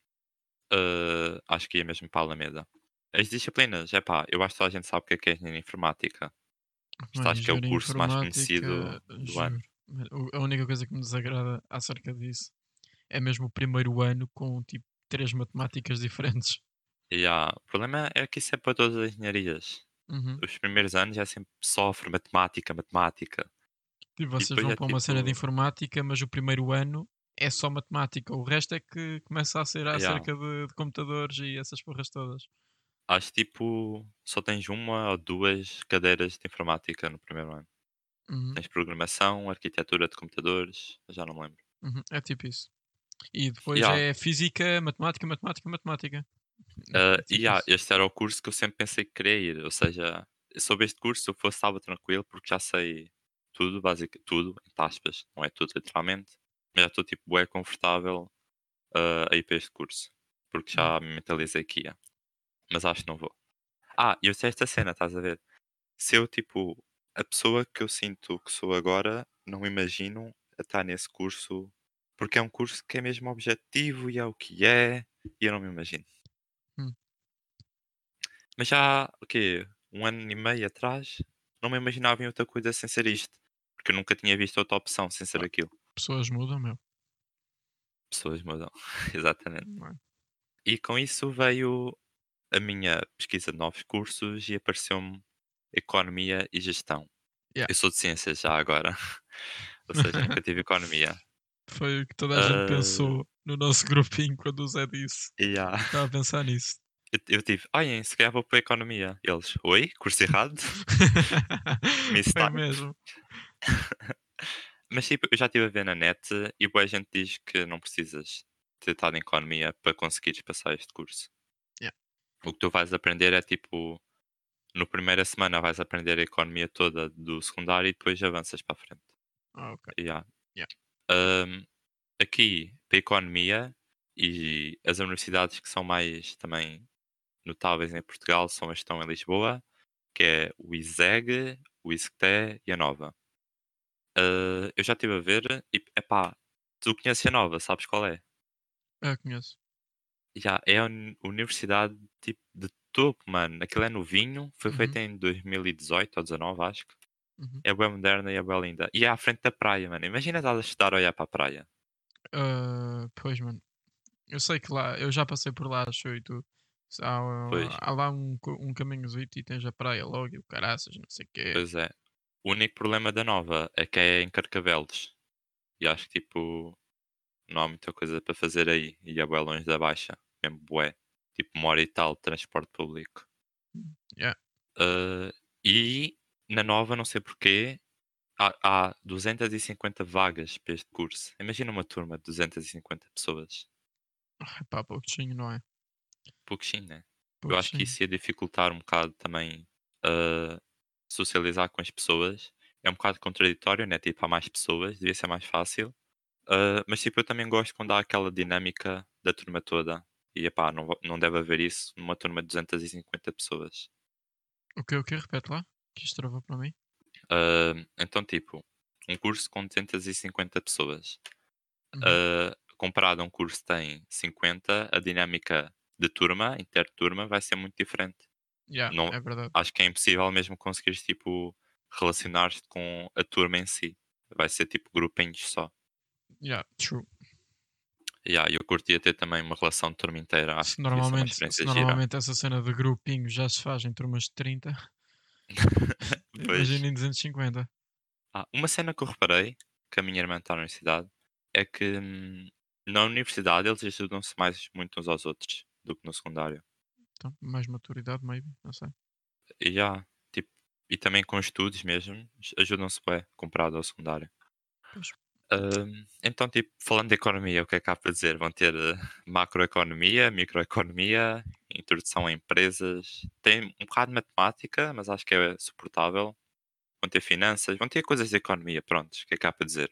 acho que ia mesmo para a Alameda. As disciplinas, eu acho que toda a gente sabe o que é engenharia informática. Mano, Acho que é o engenharia curso mais informática, conhecido do ano. juro. Mano, a única coisa que me desagrada acerca disso é mesmo o primeiro ano com tipo três matemáticas diferentes. O problema é que isso é para todas as engenharias. Uhum. Os primeiros anos é sempre sofre matemática, matemática. Tipo, E vocês depois vão é para uma cena de tipo, informática, mas o primeiro ano é só matemática. O resto é que começa a ser yeah, acerca de computadores e essas porras todas. acho tipo, só tens uma ou duas cadeiras de informática no primeiro ano. Uhum, Tens programação, arquitetura de computadores, já não me lembro. uhum. É tipo isso. E depois Yeah, é física, matemática, matemática, matemática. É tipo isso. este era o curso que eu sempre pensei que queria ir. Ou seja, sobre este curso, se eu fosse, estava tranquilo, porque já sei tudo, tudo, entre aspas, não é tudo literalmente, mas já estou tipo, bué confortável a ir para este curso, porque Hum. já me mentalizei que ia, mas acho que não vou. E eu sei esta cena, estás a ver? Se eu, tipo, a pessoa que eu sinto que sou agora, não me imagino a estar nesse curso, porque é um curso que é mesmo objetivo e é o que é, e eu não me imagino. Hum. Mas já, o quê? Um ano e meio atrás, não me imaginava em outra coisa sem ser isto, porque eu nunca tinha visto outra opção sem ser Pá, aquilo. pessoas mudam, meu. Pessoas mudam, exatamente. Não é? E com isso veio a minha pesquisa de novos cursos e apareceu-me Economia e Gestão. Yeah. Eu sou de Ciências já agora, ou seja, nunca tive Economia. Foi o que toda a gente Ah, pensou no nosso grupinho quando o Zé disse. e há- Estava a pensar nisso. eu tive, olhem, se calhar vou para a Economia. Eles, oi, curso errado? Miss Foi Type? mesmo. Mas tipo, eu já estive a ver na net e boa gente diz que não precisas ter estado em Economia para conseguires passar este curso. Yeah. O que tu vais aprender é tipo, no primeira semana vais aprender a economia toda do secundário e depois avanças para a frente. Ah, ok. Yeah. Yeah. Ahm, Aqui, para a economia e as universidades que são mais também notáveis em Portugal são as que estão em Lisboa, que é o ISEG, o ISCTE e a Nova. Eu já estive a ver e, epá, tu conheces a Nova, sabes qual é? Ah, conheço. Já é a universidade tipo de topo, mano. Aquilo é novinho, foi feito Uhum, em 2018 ou 19, acho. uhum. É bem moderna e é bem linda. E é à frente da praia, mano. Imagina estás a estudar a olhar para a praia. Pois, mano. Eu sei que lá, eu já passei por lá, acho eu e tu. Pois, Há lá um caminhozito e tens a praia logo e o caraças, não sei o quê. pois é. O único problema da nova é que é em Carcavelos. E acho que tipo, não há muita coisa para fazer aí. E é bem longe da baixa. Mesmo bué. Tipo, uma hora e tal de transporte público. Yeah. Ah, e na nova, não sei porquê, há 250 vagas para este curso. Imagina uma turma de 250 pessoas. Pá, pouquinho, não é? Pouquinho, né? Eu acho que Pouquinho. isso ia dificultar um bocado também socializar com as pessoas. É um bocado contraditório, né? Tipo, há mais pessoas, devia ser mais fácil. Mas tipo, eu também gosto quando há aquela dinâmica da turma toda. E epá, não deve haver isso numa turma de 250 pessoas. O que? Repete lá. Que isto travou para mim. Então, tipo, um curso com 250 pessoas. Uhum. Comparado a um curso que tem 50, a dinâmica de turma, interturma, vai ser muito diferente. Yeah, Não, é verdade. acho que é impossível mesmo conseguires tipo, relacionar-te com a turma em si. Vai ser tipo grupinhos só. Yeah, true. Eu curtia ter também uma relação de turma inteira. Acho Se que ia ser uma normalmente, se experiência gira. normalmente essa cena de grupinho já se faz em turmas de 30, Pois, imagina em 250. uma cena que eu reparei, que a minha irmã está na universidade, é que na universidade eles ajudam-se mais muito uns aos outros do que no secundário. Então, mais maturidade, maybe, não sei. E tipo, e também com estudos mesmo, ajudam-se bem comparado ao secundário. Pois. Então, tipo, falando de economia, o que é que há para dizer? Vão ter macroeconomia, microeconomia, introdução a empresas, tem um bocado de matemática, mas acho que é suportável. Vão ter finanças, vão ter coisas de economia, prontos, o que é que há para dizer?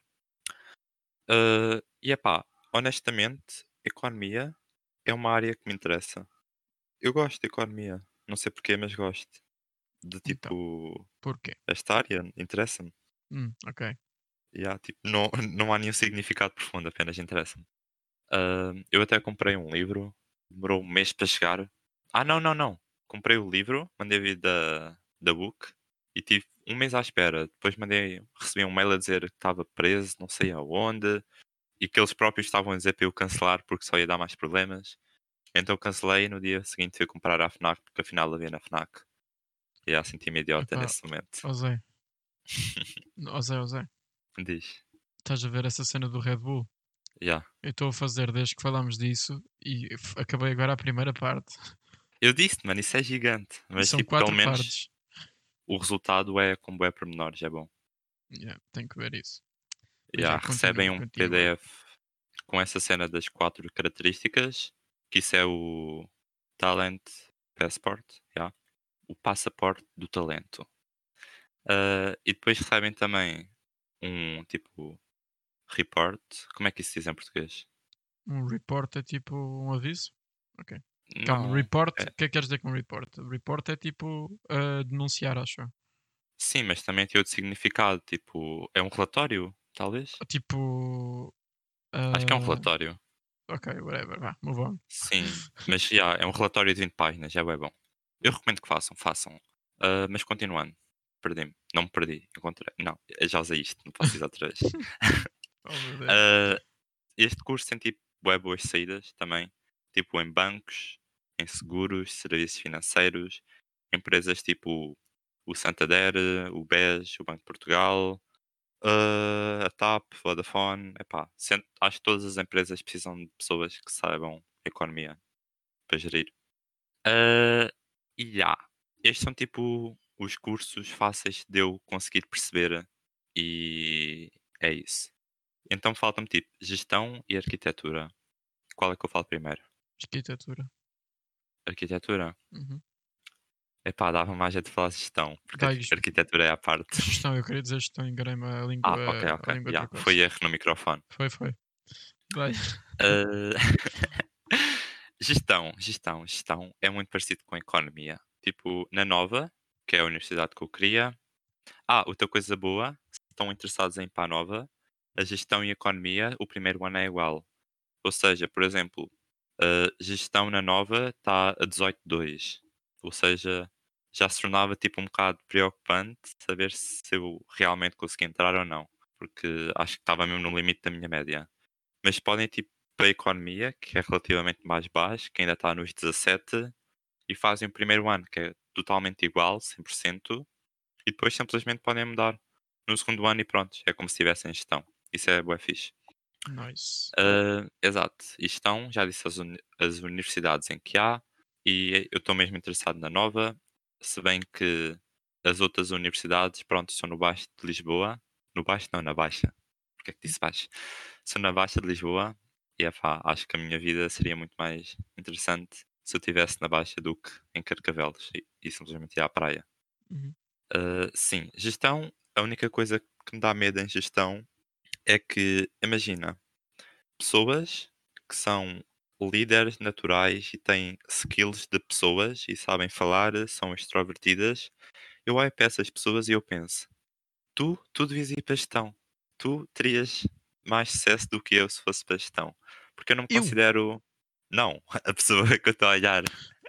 E epá, honestamente, economia é uma área que me interessa. Eu gosto de economia, não sei porquê, mas gosto. De Então, tipo, porquê? esta área interessa-me. Ok. Tipo, não, não há nenhum significado profundo, apenas interessa-me. Eu até comprei um livro, demorou um mês para chegar. Não, não, não. Comprei o livro, mandei vir da Book e tive um mês à espera. Depois recebi um mail a dizer que estava preso, não sei aonde, e que eles próprios estavam a dizer para eu cancelar porque só ia dar mais problemas. Então cancelei e no dia seguinte fui comprar à FNAC porque afinal havia na FNAC. E eu senti-me idiota Epá, nesse momento. ó Zé, ó Zé, Diz. estás a ver essa cena do Red Bull? Yeah. Eu estou a fazer desde que falámos disso e acabei agora a primeira parte. Eu disse, mano, isso é gigante. E Mas são tipo, pelo 4 menos partes. o resultado é com bué pormenores, é bom. Yeah, tenho que ver isso. Mas Yeah, já, recebem continua, um continua. PDF com essa cena das 4 características, que isso é o Talent Passport, yeah, o passaporte do talento. E depois recebem também um tipo report. Como é que isso se diz em português? Um report é tipo um aviso? Ok. Calma, Não. report, o É, que é que queres dizer com report? Report é tipo denunciar, acho eu. sim, mas também tem outro significado. Tipo, é um relatório, talvez? Tipo. Acho que é um ah, relatório. ok, whatever, vá, move on. Sim, mas já, é um relatório de 20 páginas, já é bué bom. Eu recomendo que façam, façam. Mas continuando, perdi-me. Não me perdi, encontrei. Não, eu já usei isto, não posso usar outra vez. Oh meu Deus. Ah, este curso tem tipo bué boas saídas também, tipo em bancos, em seguros, serviços financeiros, empresas tipo o Santander, o BES, o Banco de Portugal, a TAP, Vodafone, epá, acho que todas as empresas precisam de pessoas que saibam economia para gerir. Ah, e estes são tipo os cursos fáceis de eu conseguir perceber e é isso. Então falta-me tipo gestão e arquitetura. Qual é que eu falo primeiro? Arquitetura. Arquitetura? Uhum. Epá, dava mais a de falar gestão, porque Dá arquitetura é à parte. gestão, eu queria dizer gestão, enganei-me Ok, a ok. língua de outra coisa. Foi erro no microfone. Foi, foi. Vai. Ah, gestão é muito parecido com economia. Tipo, na Nova, que é a universidade que eu queria. Outra coisa boa, se estão interessados em ir para a Nova, a gestão e economia, o primeiro ano é igual. Ou seja, por exemplo, a gestão na Nova está a 18,2. Ou seja, já se tornava tipo um bocado preocupante saber se eu realmente consegui entrar ou não. Porque acho que estava mesmo no limite da minha média. Mas podem tipo para a economia, que é relativamente mais baixo, que ainda está nos 17, e fazem o primeiro ano, que é totalmente igual, 100%, e depois simplesmente podem mudar no segundo ano e pronto, é como se estivessem em gestão. Isso é bué fixe. Nice. Exato. E estão, já disse as universidades em que há, e eu estou mesmo interessado na Nova, se bem que as outras universidades, pronto, são no Baixo de Lisboa. No Baixo, não, na Baixa. Porque é que disse Baixo? São na Baixa de Lisboa, e acho que a minha vida seria muito mais interessante se eu estivesse na Baixa do que em Carcavelos e simplesmente ir à praia. Uhum. Sim, gestão, a única coisa que me dá medo em gestão é que, imagina, pessoas que são líderes naturais e têm skills de pessoas e sabem falar, são extrovertidas. Eu olho para essas pessoas e eu penso: tu devias ir para a gestão. Tu terias mais sucesso do que eu se fosse para a gestão. Porque eu não me Eu? considero. Não, a pessoa que eu estou a olhar.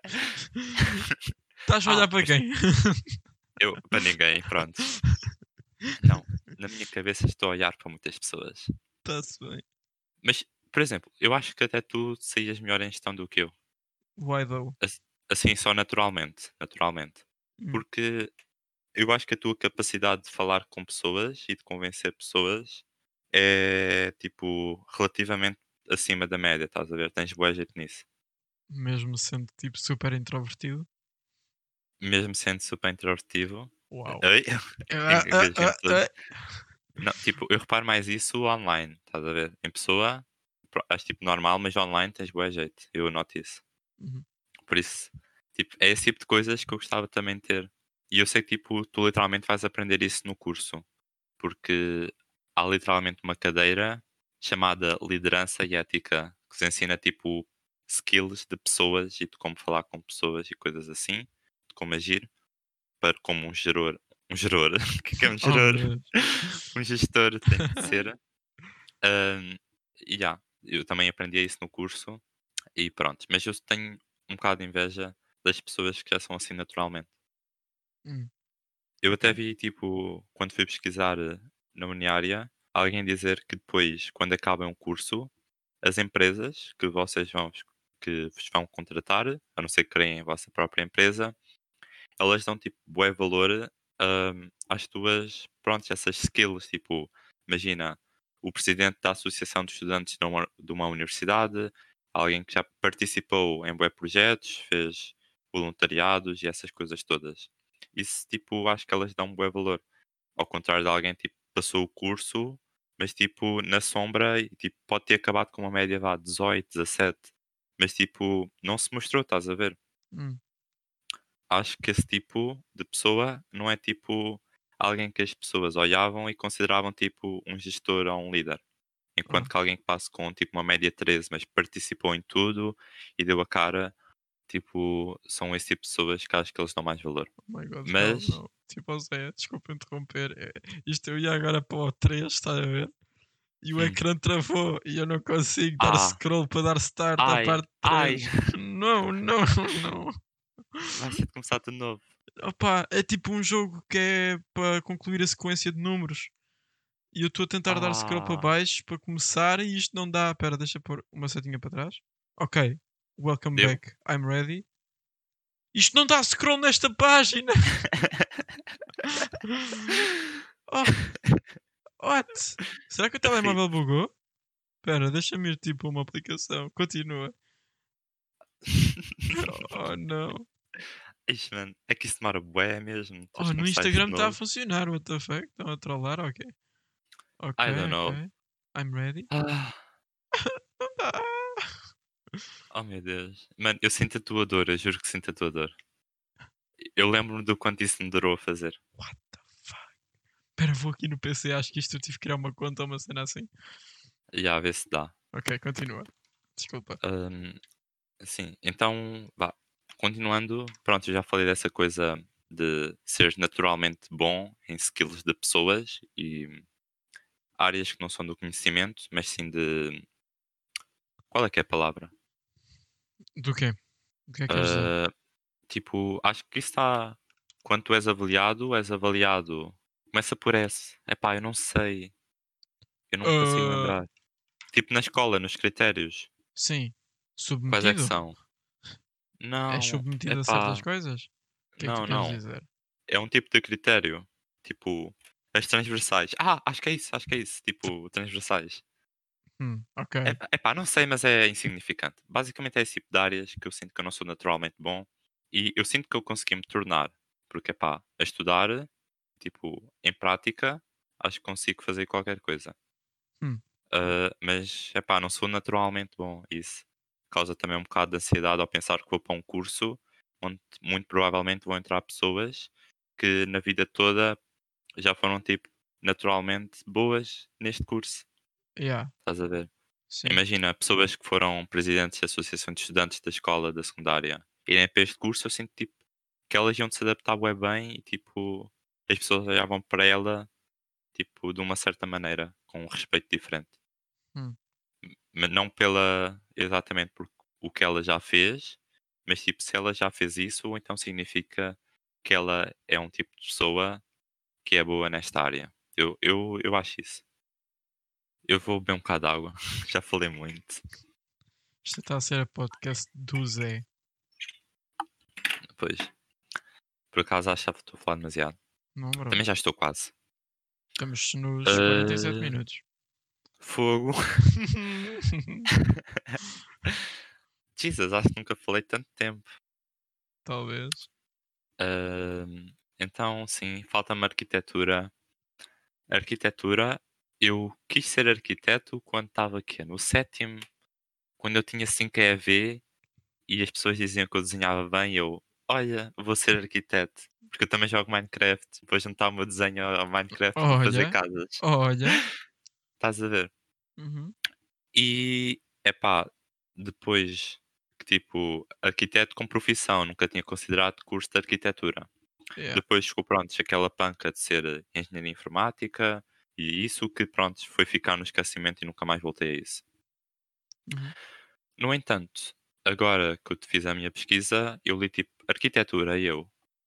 Estás a olhar para Mas quem? eu, para ninguém, prontos. Não, na minha cabeça estou a olhar para muitas pessoas. Está-se bem. Mas, por exemplo, eu acho que até tu saías melhor em gestão do que eu. Why though? Assim, só naturalmente. Naturalmente. Hum, Porque eu acho que a tua capacidade de falar com pessoas e de convencer pessoas é, tipo, relativamente acima da média, estás a ver? Tens boa jeito nisso. mesmo sendo tipo super introvertido. Mesmo sendo super introvertido. Uau. Oi? Ah, ah, Engasguei-me ah, todo. ah. Não, tipo, eu reparo mais isso online, estás a ver? Em pessoa, acho tipo normal, mas online tens boa jeito. Eu noto isso. Uhum. Por isso, tipo, é esse tipo de coisas que eu gostava também de ter. E eu sei que, tipo, tu literalmente vais aprender isso no curso, porque há literalmente uma cadeira chamada Liderança e Ética, que vos ensina, tipo, skills de pessoas e de como falar com pessoas e coisas assim, de como agir, para como um geror, o que é um Oh geror? meu Deus. Um gestor tem de ser. Ahm, eu também aprendi isso no curso e pronto. Mas eu tenho um bocado de inveja das pessoas que já são assim naturalmente. Hum. Eu Ok. até vi, tipo, quando fui pesquisar na minha área, alguém dizer que depois, quando acabem um curso, as empresas que vos vão contratar, a não ser que criem a vossa própria empresa, elas dão tipo bué valor às tuas, pronto, essas skills. Tipo, imagina, o presidente da Associação de Estudantes de uma universidade, alguém que já participou em bué projetos, fez voluntariados e essas coisas todas. Isso, tipo, acho que elas dão bué valor. Ao contrário de alguém, tipo, passou o curso, mas, tipo, na sombra, e, tipo, pode ter acabado com uma média, vá, 18, 17. Mas, tipo, não se mostrou, estás a ver? Hum, Acho que esse tipo de pessoa não é, tipo, alguém que as pessoas olhavam e consideravam, tipo, um gestor ou um líder. ah, Enquanto que alguém que passa com, tipo, uma média 13, mas participou em tudo e deu a cara, tipo, são esse tipo de pessoas que acho que eles dão mais valor. oh my god, hell Mas, no. Tipo, ó Zé, desculpa interromper. Isto eu ia agora para o 3, estás a ver? E o hum, ecrã travou e eu não consigo dar ah, scroll para dar start à ai, parte ai. 3. Não, não, não. Vai ser de começar tudo novo. Opa, é tipo um jogo que é para concluir a sequência de números. E eu estou a tentar dar scroll para Ah, baixo para começar e isto não dá. Espera, deixa pôr uma setinha para trás. Ok. Welcome deu? back. I'm ready. Isto não dá scroll nesta página. Oh, what? Será que o Ri. telemóvel bugou? Espera, deixa-me ir tipo a uma aplicação. Continua. Oh não. Ixi, mano, é que isso demora bué mesmo. Tens Oh, de no começar isso Instagram de está a novo. funcionar. What the fuck? Estão a trollar? Ok. Ok, I don't know. ok. I'm ready. Ah, Não dá. oh meu Deus. Mano, eu sinto a tua dor, eu juro que sinto a tua dor. Eu lembro-me do quanto isso me durou a fazer. What the fuck? Espera, vou aqui no PC. Acho que isto eu tive que criar uma conta ou uma cena assim. E a ver se dá. Ok, continua. Desculpa. Hum, sim, então, vá. Continuando, pronto, eu já falei dessa coisa de ser naturalmente bom em skills de pessoas e áreas que não são do conhecimento, mas sim de. Qual é que é a palavra? Do quê? O que é que queres dizer? Ah, tipo, acho que isso está. Quando tu és avaliado. Começa por S. Epá, eu não sei. Eu não me consigo Ah, lembrar. Tipo na escola, nos critérios. sim. Quais é que Submetido? são? És Não, submetido a certas epá, coisas? O que é que tu não, queres não. dizer? É um tipo de critério. Tipo, as transversais. Ah, acho que é isso, acho que é isso. Tipo, transversais. Ok. Epá, não sei, mas é insignificante. Basicamente é esse tipo de áreas que eu sinto que eu não sou naturalmente bom e eu sinto que eu consegui me tornar. Porque, epá, a estudar, tipo, em prática, acho que consigo fazer qualquer coisa. Hum, Mas, epá, não sou naturalmente bom. Isso causa também um bocado de ansiedade ao pensar que vou para um curso onde muito provavelmente vão entrar pessoas que na vida toda já foram, tipo, naturalmente boas neste curso. yeah, Estás a ver? sim. Imagina, pessoas que foram presidentes da Associação de Estudantes da escola, da secundária, irem para este curso, eu sinto, tipo, que elas iam se adaptar bué bem e, tipo, as pessoas olhavam para ela, tipo, de uma certa maneira, com um respeito diferente. Hum, Mas não pela exatamente por o que ela já fez, mas tipo, se ela já fez isso, então significa que ela é um tipo de pessoa que é boa nesta área. Eu acho isso. Eu vou beber um bocado de água, já falei muito. isto está a ser a podcast do Zé. Pois, por acaso acho que já estou a falar demasiado. Não, bro. Também já estou quase. Estamos nos 47 Ah, minutos. fogo. Jesus, acho que nunca falei tanto tempo. Talvez. Ah, então, sim, falta-me arquitetura. Arquitetura, eu quis ser arquiteto quando estava aqui no sétimo, quando eu tinha 5 EV e as pessoas diziam que eu desenhava bem, eu, olha, vou ser arquiteto, porque eu também jogo Minecraft, vou juntar o meu desenho ao Minecraft para fazer Olha, casas. olha. Estás a ver? Uhum. E, epá, depois que tipo, arquiteto com profissão, nunca tinha considerado curso de arquitetura. Yeah. Depois ficou, pronto, aquela panca de ser engenharia informática e isso que, pronto, foi ficar no esquecimento e nunca mais voltei a isso. Uhum. No entanto, agora que eu te fiz a minha pesquisa, eu li tipo arquitetura e eu.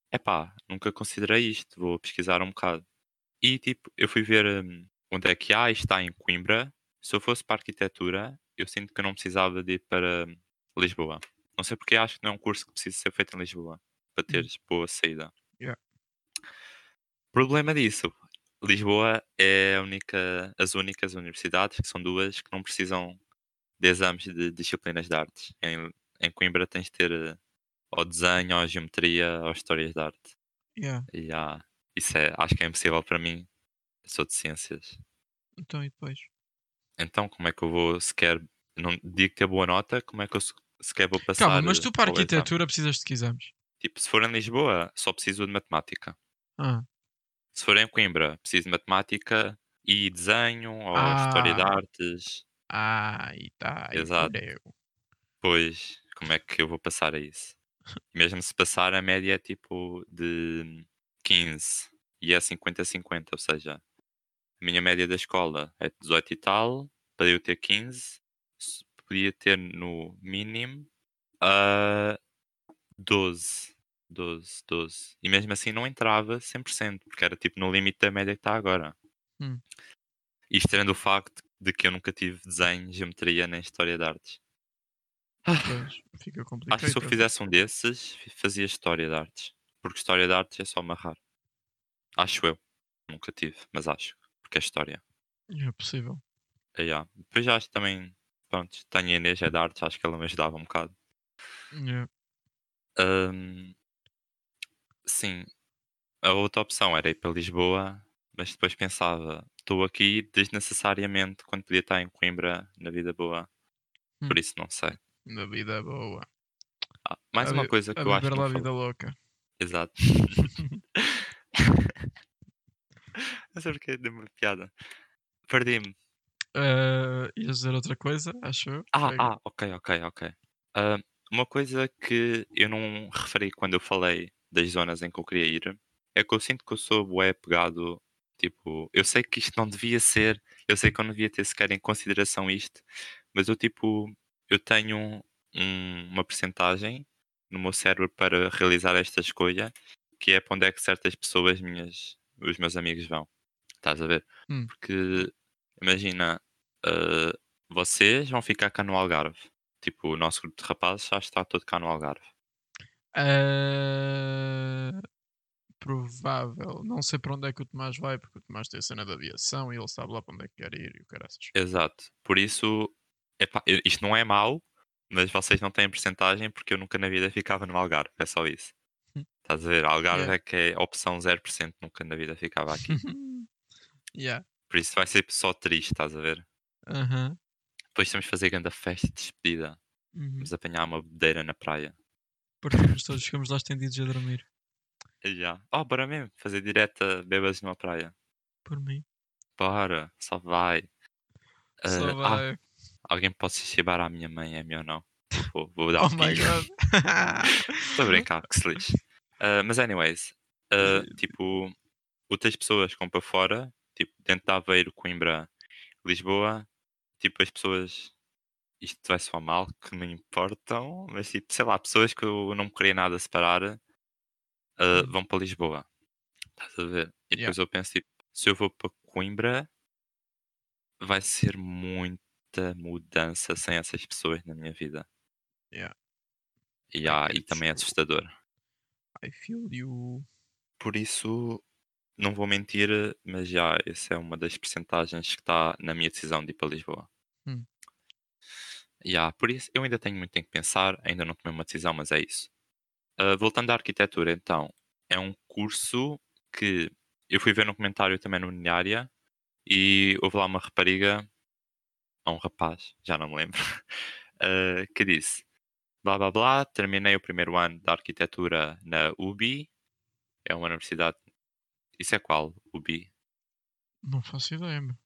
epá, nunca considerei isto, vou pesquisar um bocado. E tipo, eu fui ver onde é que há, isto está em Coimbra. Se eu fosse para arquitetura, eu sinto que eu não precisava de ir para Lisboa. Não sei porque acho que não é um curso que precisa ser feito em Lisboa para Hum, teres boa saída. yeah, Problema disso, Lisboa é as únicas universidades, que são duas, que não precisam de exames de disciplinas de artes. Em Coimbra tens de ter ou desenho, ou geometria, ou histórias de arte. yeah. E isso acho que é impossível para mim. Eu sou de ciências. Então e depois? Então, como é que eu vou sequer. Não digo ter boa nota, como é que eu sequer vou Calma, passar mas tu para para o exame? arquitetura precisas de que exames? Tipo, se for em Lisboa, só preciso de matemática. Ah, Se for em Coimbra, preciso de matemática e desenho ou história de ah, artes. aí Exato. fudeu. Pois, como é que eu vou passar a isso? Mesmo se passar, a média é tipo de 15 e é 50-50, ou seja, a minha média da escola é 18 e tal, para eu ter 15, podia ter no mínimo a 12. 12. E mesmo assim não entrava 100%, porque era tipo no limite da média que está agora. Hum, Isto tendo o facto de que eu nunca tive desenho, geometria nem história de artes. pois, fica Acho que se eu complicated. fizesse um desses, fazia história de artes. Porque história de artes é só amarrar. Acho eu. Nunca tive, mas acho. Porque é história. É possível. Yeah. Depois já acho que também, pronto, tenho a Inês, é de artes, acho que ela me ajudava um bocado. Yeah. Hum, sim, a outra opção era ir para Lisboa, mas depois pensava, estou aqui desnecessariamente quando podia estar em Coimbra na vida boa. Hum, Por isso não sei. na vida boa. Mais uma coisa A que eu acho viver que me lá a falou. vida louca. Exato. Não sei porque deu uma piada. Perdi-me. Ias dizer outra coisa, acho eu. Ok. Ah, uma coisa que eu não referi quando eu falei das zonas em que eu queria ir é que eu sinto que eu sou bué pegado. Tipo, eu sei que isto não devia ser, eu sei que eu não devia ter sequer em consideração isto, mas eu tipo, eu tenho uma percentagem no meu cérebro para realizar esta escolha, que é para onde é que certas pessoas os meus amigos vão. Estás a ver? Hum. Porque imagina, ah, vocês vão ficar cá no Algarve. Tipo, o nosso grupo de rapazes já está todo cá no Algarve. Ah, provável. Não sei para onde é que o Tomás vai, porque o Tomás tem a cena da aviação e ele sabe lá para onde é que quer ir e o caraças. Exato. Por isso, epá, isto não é mau, mas vocês não têm percentagem porque eu nunca na vida ficava no Algarve. É só isso. Hum, Estás a ver? Algarve Yeah. é que é opção 0%, nunca na vida ficava aqui. Yeah. Por isso vai ser só triste, estás a ver? Aham. Depois temos de fazer grande festa de despedida. Uhum. Vamos apanhar uma bebedeira na praia. Partimos todos, ficamos lá estendidos a dormir. Já. Oh, bora mesmo. Fazer direta bebas numa praia. Por mim. Bora, só vai. Só vai. Alguém pode se chibar à minha mãe, é meu não. Vou dar Oh um pi. my god. Estou a brincar, que se lixe. Mas anyways, tipo, outras pessoas que vão para fora, tipo, dentro de Aveiro, Coimbra, Lisboa, tipo, as pessoas, isto vai soar mal, que me importam, mas tipo, sei lá, pessoas que eu não me queria nada separar, Hum, vão para Lisboa. Estás a ver? E yeah, depois eu penso, tipo, se eu vou para Coimbra, vai ser muita mudança sem essas pessoas na minha vida. yeah. I E get também é you. assustador. I feel you. Por isso, não vou mentir, mas já, essa é uma das percentagens que está na minha decisão de ir para Lisboa. Hum, Por isso, eu ainda tenho muito tempo que pensar, ainda não tomei uma decisão, mas é isso. Voltando à arquitetura, então, é um curso que eu fui ver no comentário também no Uniária e houve lá uma rapariga, ou um rapaz, já não me lembro, que disse: blá blá blá, terminei o primeiro ano da arquitetura na UBI, é uma universidade. Isso é qual? UBI? não faço ideia, meu.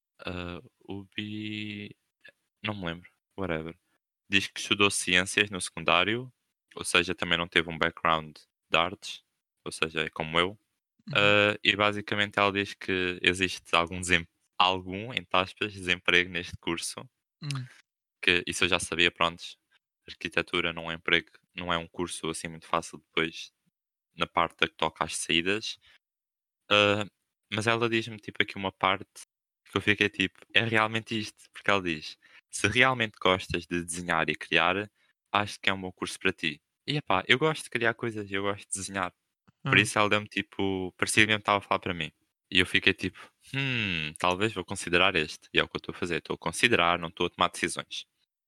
UBI. Não me lembro. Whatever. Diz que estudou ciências no secundário, ou seja, também não teve um background de artes, ou seja, é como eu. Uhum. E basicamente ela diz que existe algum, entre aspas, desemprego neste curso, Hum, que isso eu já sabia, pronto. Arquitetura não é um curso assim muito fácil depois na parte a que toca às saídas. Ah, mas ela diz-me tipo aqui uma parte que eu fiquei tipo, é realmente isto, porque ela diz: se realmente gostas de desenhar e criar, acho que é um bom curso para ti. E epá, eu gosto de criar coisas, eu gosto de desenhar. Por Ah, isso ela deu-me tipo, parecia mesmo que estava a falar para mim. E eu fiquei tipo, talvez vou considerar este. E é o que eu estou a fazer, estou a considerar, não estou a tomar decisões.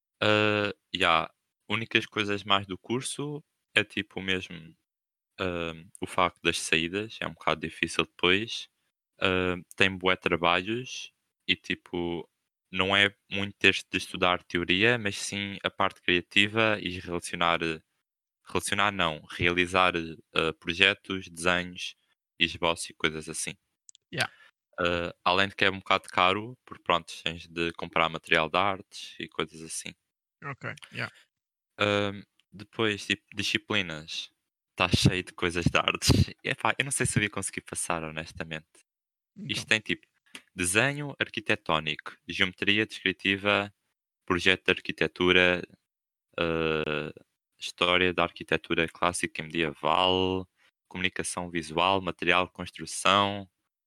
E há únicas coisas mais do curso é tipo mesmo o facto das saídas, é um bocado difícil depois. Tem bué trabalhos e tipo, não é muito teres de estudar teoria, mas sim a parte criativa e relacionar não, realizar projetos, desenhos e esboços e coisas assim. yeah, Além de que é um bocado caro, porque pronto, tens de comprar material de artes e coisas assim. ok, yeah. Ahm, Depois, tipo, disciplinas. Está cheio de coisas de artes. Epá, eu não sei se eu ia conseguir passar, honestamente. Isto Então, tem tipo desenho arquitetónico, geometria descritiva, projeto de arquitetura, ah, história da arquitetura clássica e medieval, comunicação visual, material de construção,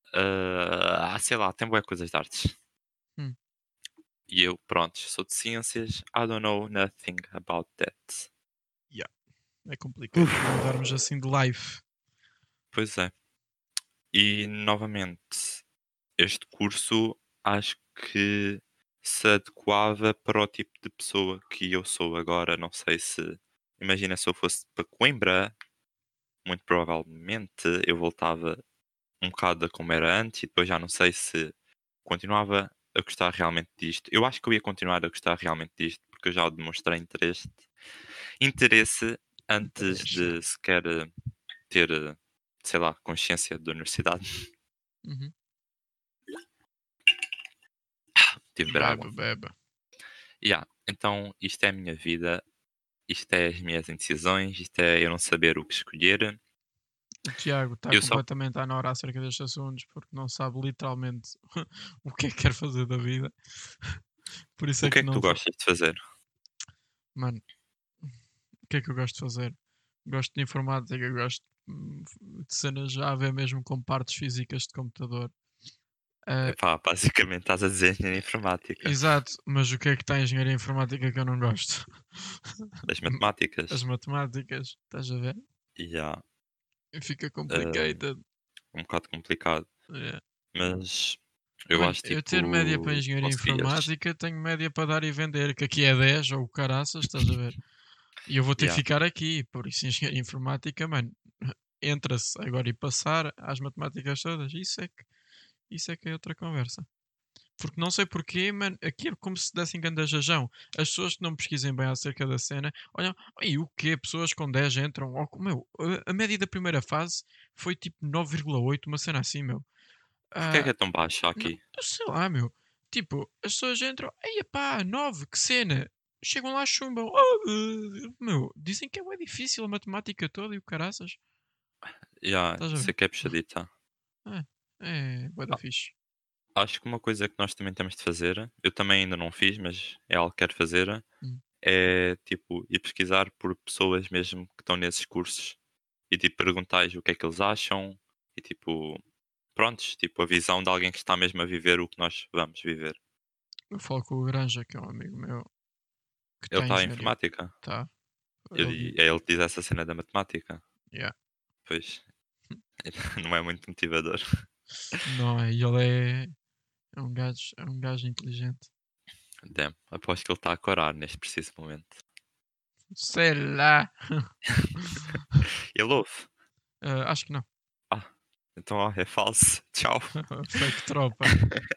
sei lá, tem boas coisas de artes. hum, E eu, pronto, sou de ciências, I don't know nothing about that. yeah. É complicado Uf, mudarmos assim de life. pois é. E novamente, este curso acho que se adequava para o tipo de pessoa que eu sou agora. Não sei se. Imagina se eu fosse para Coimbra, muito provavelmente eu voltava um bocado a como era antes e depois já não sei se continuava a gostar realmente disto. Eu acho que eu ia continuar a gostar realmente disto, porque eu já demonstrei interesse antes Interesse, yeah. de sequer ter, sei lá, consciência da universidade. Uhum. Tive de beber água. Bebe, bebe. Yeah, então isto é a minha vida, isto é as minhas indecisões, isto é eu não saber o que escolher. O Tiago está Eu só. completamente à nora acerca destes assuntos porque não sabe literalmente o que é que quer fazer da vida. Por isso O é que é que que tu não. gostas de fazer? Mano, o que é que eu gosto de fazer? Gosto de informática, gosto de cenas a ver mesmo com partes físicas de computador. Ah, Epá, basicamente estás a dizer engenharia informática. exato, mas o que é que está em engenharia informática que eu não gosto? Das As matemáticas. matemáticas, estás a ver? Yeah, E fica uh, complicated. um bocado complicado. Yeah. Mas eu Mano, acho eu ter média para tipo engenharia conseguias. informática, tenho média para dar e vender, que aqui é 10 ou caraças, estás a ver? E eu vou ter que Yeah. ficar aqui, por isso engenharia informática, mano, entra-se agora e passar às matemáticas todas, isso é que é outra conversa. Porque não sei porquê, mano, aqui é como se dessem grande jajão. As pessoas que não pesquisem bem acerca da cena, olham, e o quê? Pessoas com 10 entram, meu, a média da primeira fase foi tipo 9,8, uma cena assim, meu. Porquê é Ah, que é tão baixo não, aqui? sei lá, meu. Tipo, as pessoas entram, ei pá, 9, que cena. Chegam lá, chumbam. Oh, meu, dizem que é bem difícil a matemática toda e o caraças. Yeah, Estás a sei ver? que é puxadita. Bué da fixe. Acho que uma coisa que nós também temos de fazer, eu também ainda não fiz, mas é algo que quero fazer, Hum. é tipo ir pesquisar por pessoas mesmo que estão nesses cursos e tipo perguntar o que é que eles acham e tipo, prontos, tipo a visão de alguém que está mesmo a viver o que nós vamos viver. Eu falo com o Granja, que é um amigo meu, que Ele está em está em engenharia. informática, Tá. Ele ele, diz. é ele que diz essa cena da matemática, Yeah. pois não é muito motivador. Não é? E ele é um gajo inteligente. Damn, aposto que ele está a corar neste preciso momento. Sei lá. Ele ouve. Acho que não. Ah, então ó, é falso. Tchau. Fake tropa.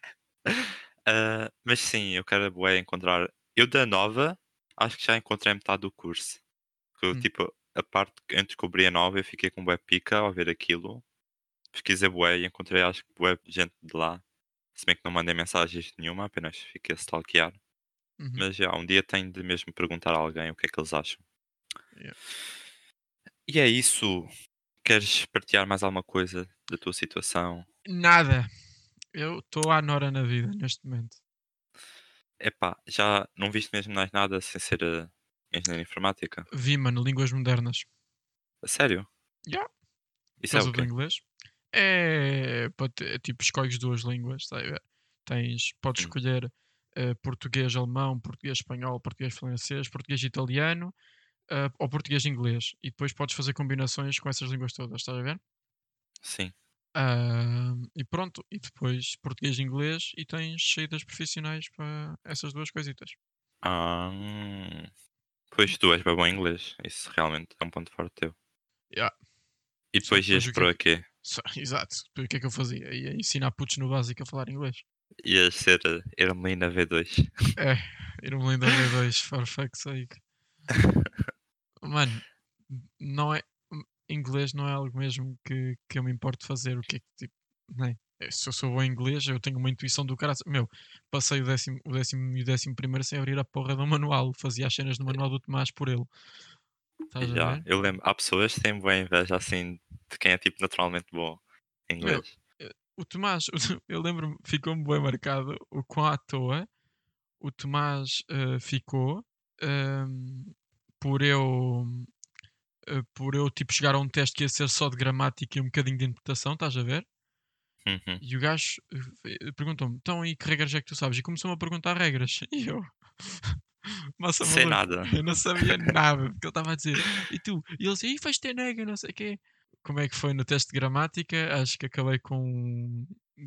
Mas sim, eu quero bué encontrar. Eu da nova, acho que já encontrei metade do curso. Que eu, Hum, tipo, a parte que eu descobri a nova, eu fiquei com bué pica ao ver aquilo. Pesquisei bué e encontrei, acho que bué gente de lá. Se bem que não mandei mensagens nenhuma, apenas fiquei a stalkear. uhum, Mas já, um dia tenho de mesmo perguntar a alguém o que é que eles acham. yeah. E é isso. Queres partilhar mais alguma coisa da tua situação? Nada. Eu estou à nora na vida neste momento. Epá, já não viste mesmo mais nada sem ser engenharia informática? Vi, mano, línguas modernas. A sério? Yeah. Por Isso é o causa do quê? inglês. É tipo, escolhes duas línguas, estás a ver? Podes Hum, escolher português alemão, português espanhol, português francês, português italiano ou português inglês. E depois podes fazer combinações com essas línguas todas, estás a ver? sim. E pronto, e depois português e inglês e tens saídas profissionais para essas duas coisitas. Ah, pois tu és bem bom em inglês. Isso realmente é um ponto forte teu. Yeah. E Só depois depois ias o que é para que. quê? Exato. Depois o que é que eu fazia? Ia ensinar putos no básico a falar inglês. Ias ser Ermelina V2. É, ir um lindo V2, for fuck's sake. Mano, não é. Inglês não é algo mesmo que eu me importo fazer. O que é que tipo. Não é? Se eu sou bom em inglês, eu tenho uma intuição do cara. Meu, passei o décimo e o 11º sem abrir a porra do manual. Fazia as cenas do manual do Tomás por ele. Estás a Já, ver? eu lembro, há pessoas que têm boa inveja assim de quem é tipo naturalmente bom em Meu, inglês. o Tomás, eu lembro-me, ficou-me bem marcado o quão à toa o Tomás ficou ehm, por eu tipo chegar a um teste que ia ser só de gramática e um bocadinho de interpretação, estás a ver? Uhum. E o gajo perguntou-me, então e que regras é que tu sabes? E começou-me a perguntar regras. E eu, massa Sem maluco, nada. eu não sabia nada do que ele estava a dizer. E tu? E ele disse, e vais ter nega, não sei o quê. Como é que foi no teste de gramática? Acho que acabei com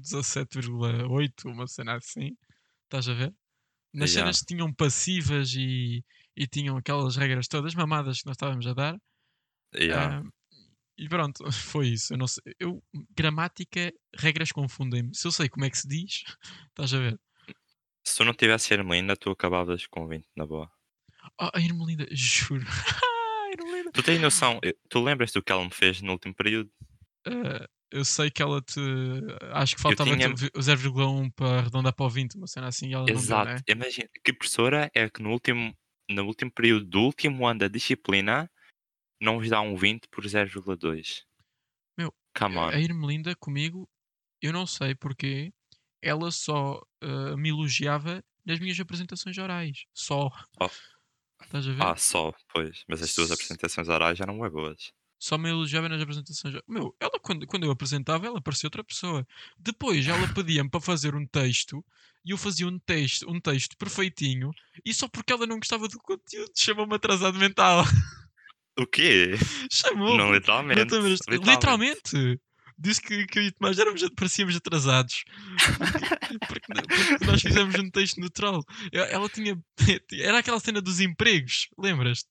17,8, uma cena assim. Estás a ver? Nas Já, cenas que tinham passivas e tinham aquelas regras todas mamadas que nós estávamos a dar. já. ah, e pronto, foi isso. Eu não sei, gramática, regras confundem-me. Se eu sei como é que se diz, estás a ver? Se tu não tivesse Ermelina, tu acabavas com 20 na boa. Oh, a Irmelinda, juro. A Irmelinda. Tu tens noção, tu lembras do que ela me fez no último período? Eu sei que ela te. Acho que Eu faltava-te tinha, o 0,1 para arredondar para o 20, uma cena assim, e ela não deu, exato, né? imagina, que professora é que no último período do último ano da disciplina não vos dá um 20 por 0,2? Meu, Come a on. Irmelinda comigo, eu não sei porquê, ela só me elogiava nas minhas apresentações orais. Só. Oh, Estás a ver? só, pois, mas as tuas S- apresentações orais já não é boas. Só me elogiava nas apresentações. Meu, ela quando eu apresentava, ela parecia outra pessoa. Depois ela pedia-me para fazer um texto e eu fazia um texto perfeitinho e só porque ela não gostava do conteúdo chamou-me atrasado mental. O quê? Chamou, Não porque não te literalmente, lembras? literalmente. Literalmente! Disse que eu e o Tomás parecíamos atrasados porque, porque nós fizemos um texto neutral. Ela tinha. Era aquela cena dos empregos, lembras-te?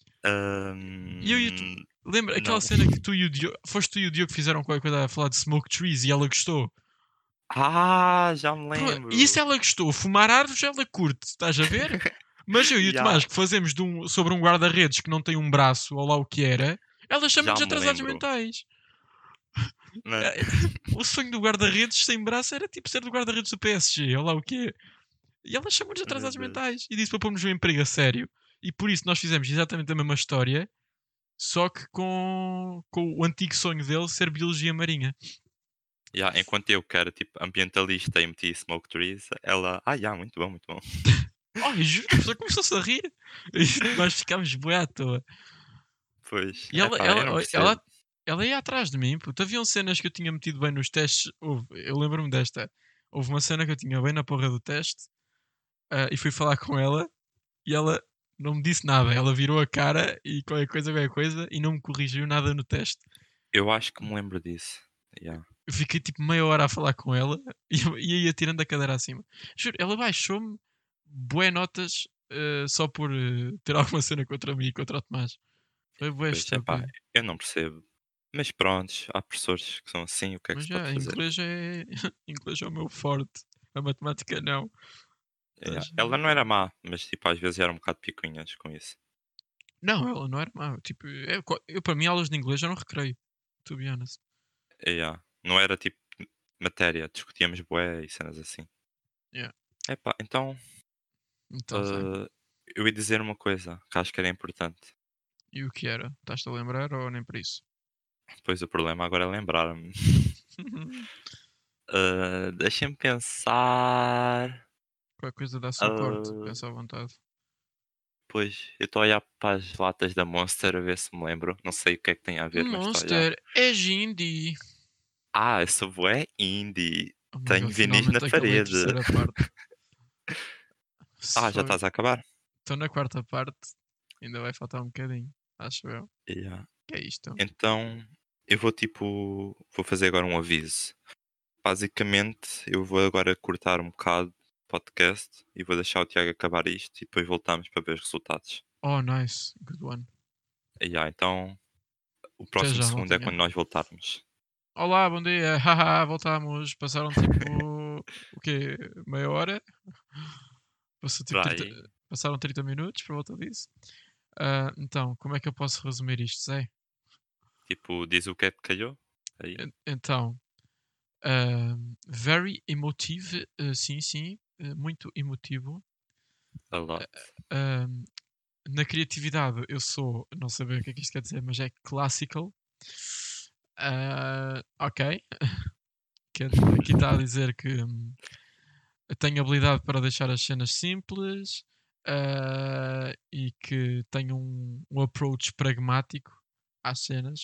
E eu e o Tom- Hum, Lembra aquela não. cena que tu e o Diogo. Foste tu e o Diogo que fizeram qualquer coisa a falar de Smoke Trees e ela gostou. Ah, já me E isso lembro. ela gostou. Fumar árvores ela curte, estás a ver? Mas eu e o Já, Tomás que fazemos sobre um guarda-redes que não tem um braço, ou lá o que era, ela chama-nos já me atrasados lembro. mentais. Mano. É, o sonho do guarda-redes sem braço era tipo ser do guarda-redes do PSG, ou lá o que é. E ela chamou-nos Meu atrasados Deus. mentais e disse para pormos um emprego a sério. E por isso nós fizemos exatamente a mesma história, só que com o antigo sonho dele ser biologia marinha. Já, enquanto eu que era tipo ambientalista e meti smoke trees, ela. Ah, já, muito bom, muito bom. Ai, juro, a pessoa começou-se a rir. E nós ficámos bué à toa. Pois, E é ela, pá, eu ela, não ela, percebo. ela ia atrás de mim, puto. Haviam cenas que eu tinha metido bem nos testes. Eu lembro-me desta. Houve uma cena que eu tinha bem na porra do teste e fui falar com ela e ela não me disse nada. Ela virou a cara e qualquer coisa e não me corrigiu nada no teste. Eu acho que me lembro disso. Já. Eu fiquei tipo meia hora a falar com ela e ia tirando a cadeira acima. Juro, ela baixou-me bué notas só por ter alguma cena contra mim e contra o Tomás. Foi bué Pois, é pá, estúpido. eu não percebo. Mas prontos, há professores que são assim, o que é que Mas se pode já, fazer? inglês é o meu forte. A matemática não. Já. Tás- Ela não era má, mas tipo, às vezes era um bocado picuinhas com isso. Não, ela não era má. Tipo, para mim aulas de inglês eram recreio. To be honest. Já. Não era tipo matéria, discutíamos bué e cenas assim. Yeah. Epá, então Então, Zé. eh, eu ia dizer uma coisa que acho que era importante. E o que era? Estás-te a lembrar ou nem por isso? Pois o problema agora é lembrar-me. Deixem-me pensar. Qualquer coisa dá suporte. Ah, Pensa à vontade. Pois, eu estou a olhar para as latas da Monster a ver se me lembro. Não sei o que é que tem a ver, mas estou a olhar. Monster é Gindi. Ah, eu sou bué indie. Oh my Tenho god, vinis na finalmente acabei a parede. terceira parte. Ah, já estás a acabar? Estou na quarta parte. Ainda vai faltar um bocadinho, acho eu. Yeah. Que é isto? Então, eu vou vou fazer agora um aviso. Basicamente, eu vou agora cortar um bocado o podcast e vou deixar o Tiago acabar isto e depois voltamos para ver os resultados. Oh, nice. Good one. Yeah, então, o Até próximo já, segundo é maltinha. quando nós voltarmos. Olá, bom dia. Haha, voltámos. Passaram tipo. O quê? Meia hora? Passou, tipo, Para 30 aí, passaram 30 minutos por volta disso. Então, como é que eu posso resumir isto, Zé? tipo, diz o que é que calhou. Aí, Então, very emotive, sim, sim, muito emotivo. a lot. Ahm, Na criatividade, eu sou, não sei bem o que é que isto quer dizer, mas é classical. Ok. Aqui está a dizer que eu tenho habilidade para deixar as cenas simples e que tenho um approach pragmático às cenas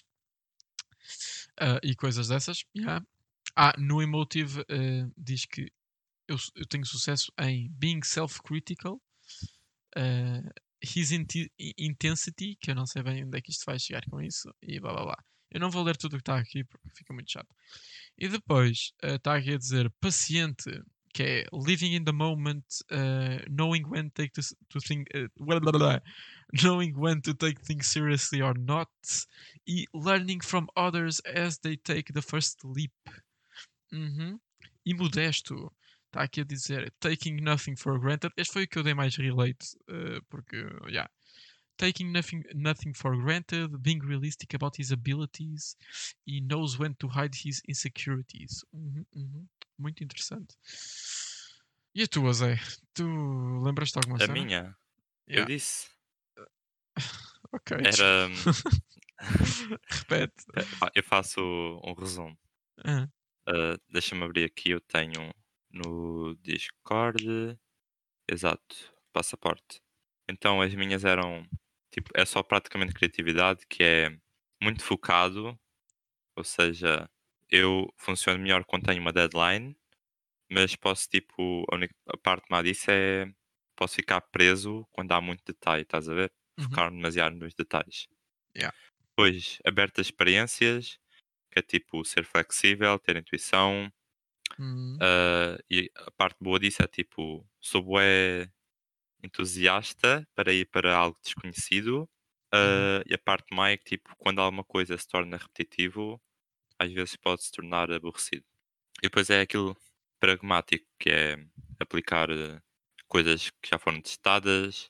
e coisas dessas. Yeah. No Emotive diz que eu tenho sucesso em being self-critical, uh, his intensity, que eu não sei bem onde é que isto vai chegar com isso, e blá blá blá. Eu não vou ler tudo o que está aqui porque fica muito chato. E depois está aqui a dizer paciente, que é living in the moment, knowing when to think, blá, blá, blá, knowing when to take things seriously or not, e learning from others as they take the first leap. Uhum. E modesto, está aqui a dizer taking nothing for granted. Este foi o que eu dei mais relate, porque, yeah. Taking nothing for granted, being realistic about his abilities, he knows when to hide his insecurities. Uhum, uhum. Muito interessante. E a tua, Zé? Tu lembras-te de alguma A cena? minha, eu Yeah. disse, Ok, era. desculpa. Repete. Eu faço um resumo. Ah, Deixa-me abrir aqui, eu tenho no Discord. Exato, passaporte. Então as minhas eram, tipo, é só praticamente criatividade, que é muito focado, ou seja, eu funciono melhor quando tenho uma deadline, mas posso, tipo, a parte má disso é, posso ficar preso quando há muito detalhe, estás a ver? uhum. Focar demasiado nos detalhes. Yeah. Depois, aberto a experiências, que é tipo ser flexível, ter intuição, Uhum, e a parte boa disso é tipo, sou bué entusiasta para ir para algo desconhecido. uhum. E a parte má é que, tipo, quando alguma coisa se torna repetitivo, às vezes pode se tornar aborrecido. E depois é aquilo pragmático, que é aplicar coisas que já foram testadas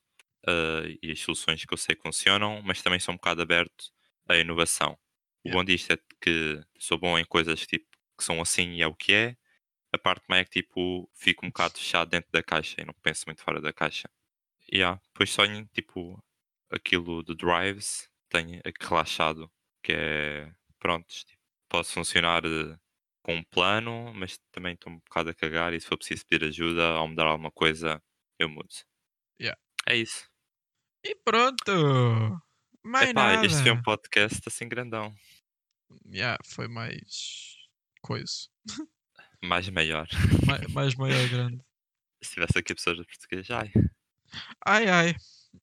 e as soluções que eu sei que funcionam, mas também sou um bocado aberto à inovação. O Yeah. bom disto é que sou bom em coisas tipo, que são assim e é o que é. A parte má é que tipo, fico um bocado fechado dentro da caixa e não penso muito fora da caixa. Yeah. Depois sonho, tipo, aquilo do Drives, tenho relaxado, que é, pronto, tipo, posso funcionar com um plano, mas também estou um bocado a cagar e se for preciso pedir ajuda ou mudar alguma coisa, eu mudo. Yeah. É isso. E pronto! Mais Epá, este foi um nada. podcast assim grandão, Yeah, foi mais coisa. mais maior. Mais maior grande. Se tivesse aqui pessoas de português, ai. Ai ai.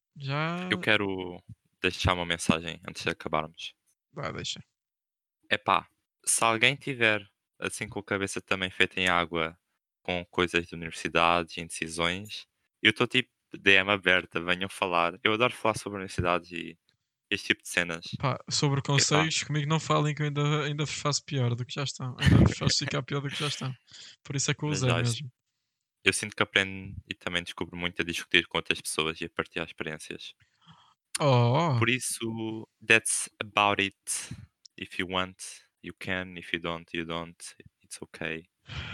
Eu Já. quero deixar uma mensagem antes de acabarmos. Vá, deixa. Epá, se alguém tiver assim com a cabeça também feita em água com coisas de universidades e indecisões, eu estou tipo DM aberta, venham falar. Eu adoro falar sobre universidades e este tipo de cenas. Pá, sobre Epá, conselhos, comigo não falem que eu ainda vos faço pior do que já estão. Ainda vos faço ficar pior do que já estão. Por isso é que eu mas usei já, mesmo. eu sinto que aprendo e também descubro muito a discutir com outras pessoas e a partilhar experiências. Oh, Por isso, that's about it. If you want, you can. If you don't, you don't. It's okay.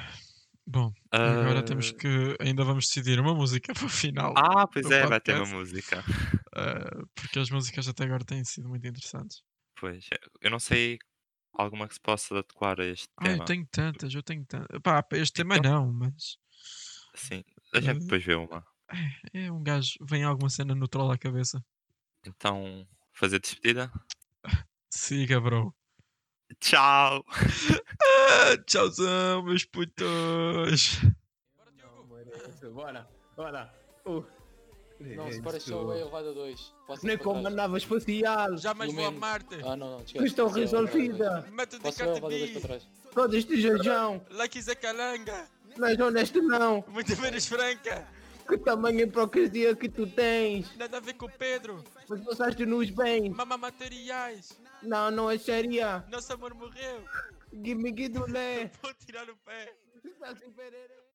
bom, agora temos Ah, que. Ainda vamos decidir uma música para o final pois do é, vai ter uma podcast. música. Porque as músicas até agora têm sido muito interessantes. Pois, eu não sei alguma que se possa adequar a este Eu tema. tenho tantas, eu tenho tantas. Pá, para este tema Então, não, mas. assim, a gente eh, depois vê uma. É um gajo, vem alguma cena no troll à cabeça. Então, fazer despedida. Siga, bro. Tchau! Tchauzão, meus putos. Bora, Não, Diogo. Moreira, bora, bora. Não, se para show é elevado a 2. Nem como a nave espacial. Jamais E o vou a men- Marte. Ah, não, esquece. Questão Posso levar a dois. resolvida. Método de Posso levar a Cardi 2 para B. trás. Todas de jejão. Like Zé Calanga. Mas honesto não. Muito menos franca. Que tamanho hipocrisia que tu tens. Nada a ver com o Pedro. Mas passaste nos bens. Mama materiais. Não, não é séria. Nosso amor morreu. Gimme guidolé. Vou tirar o pé. Está sem perere.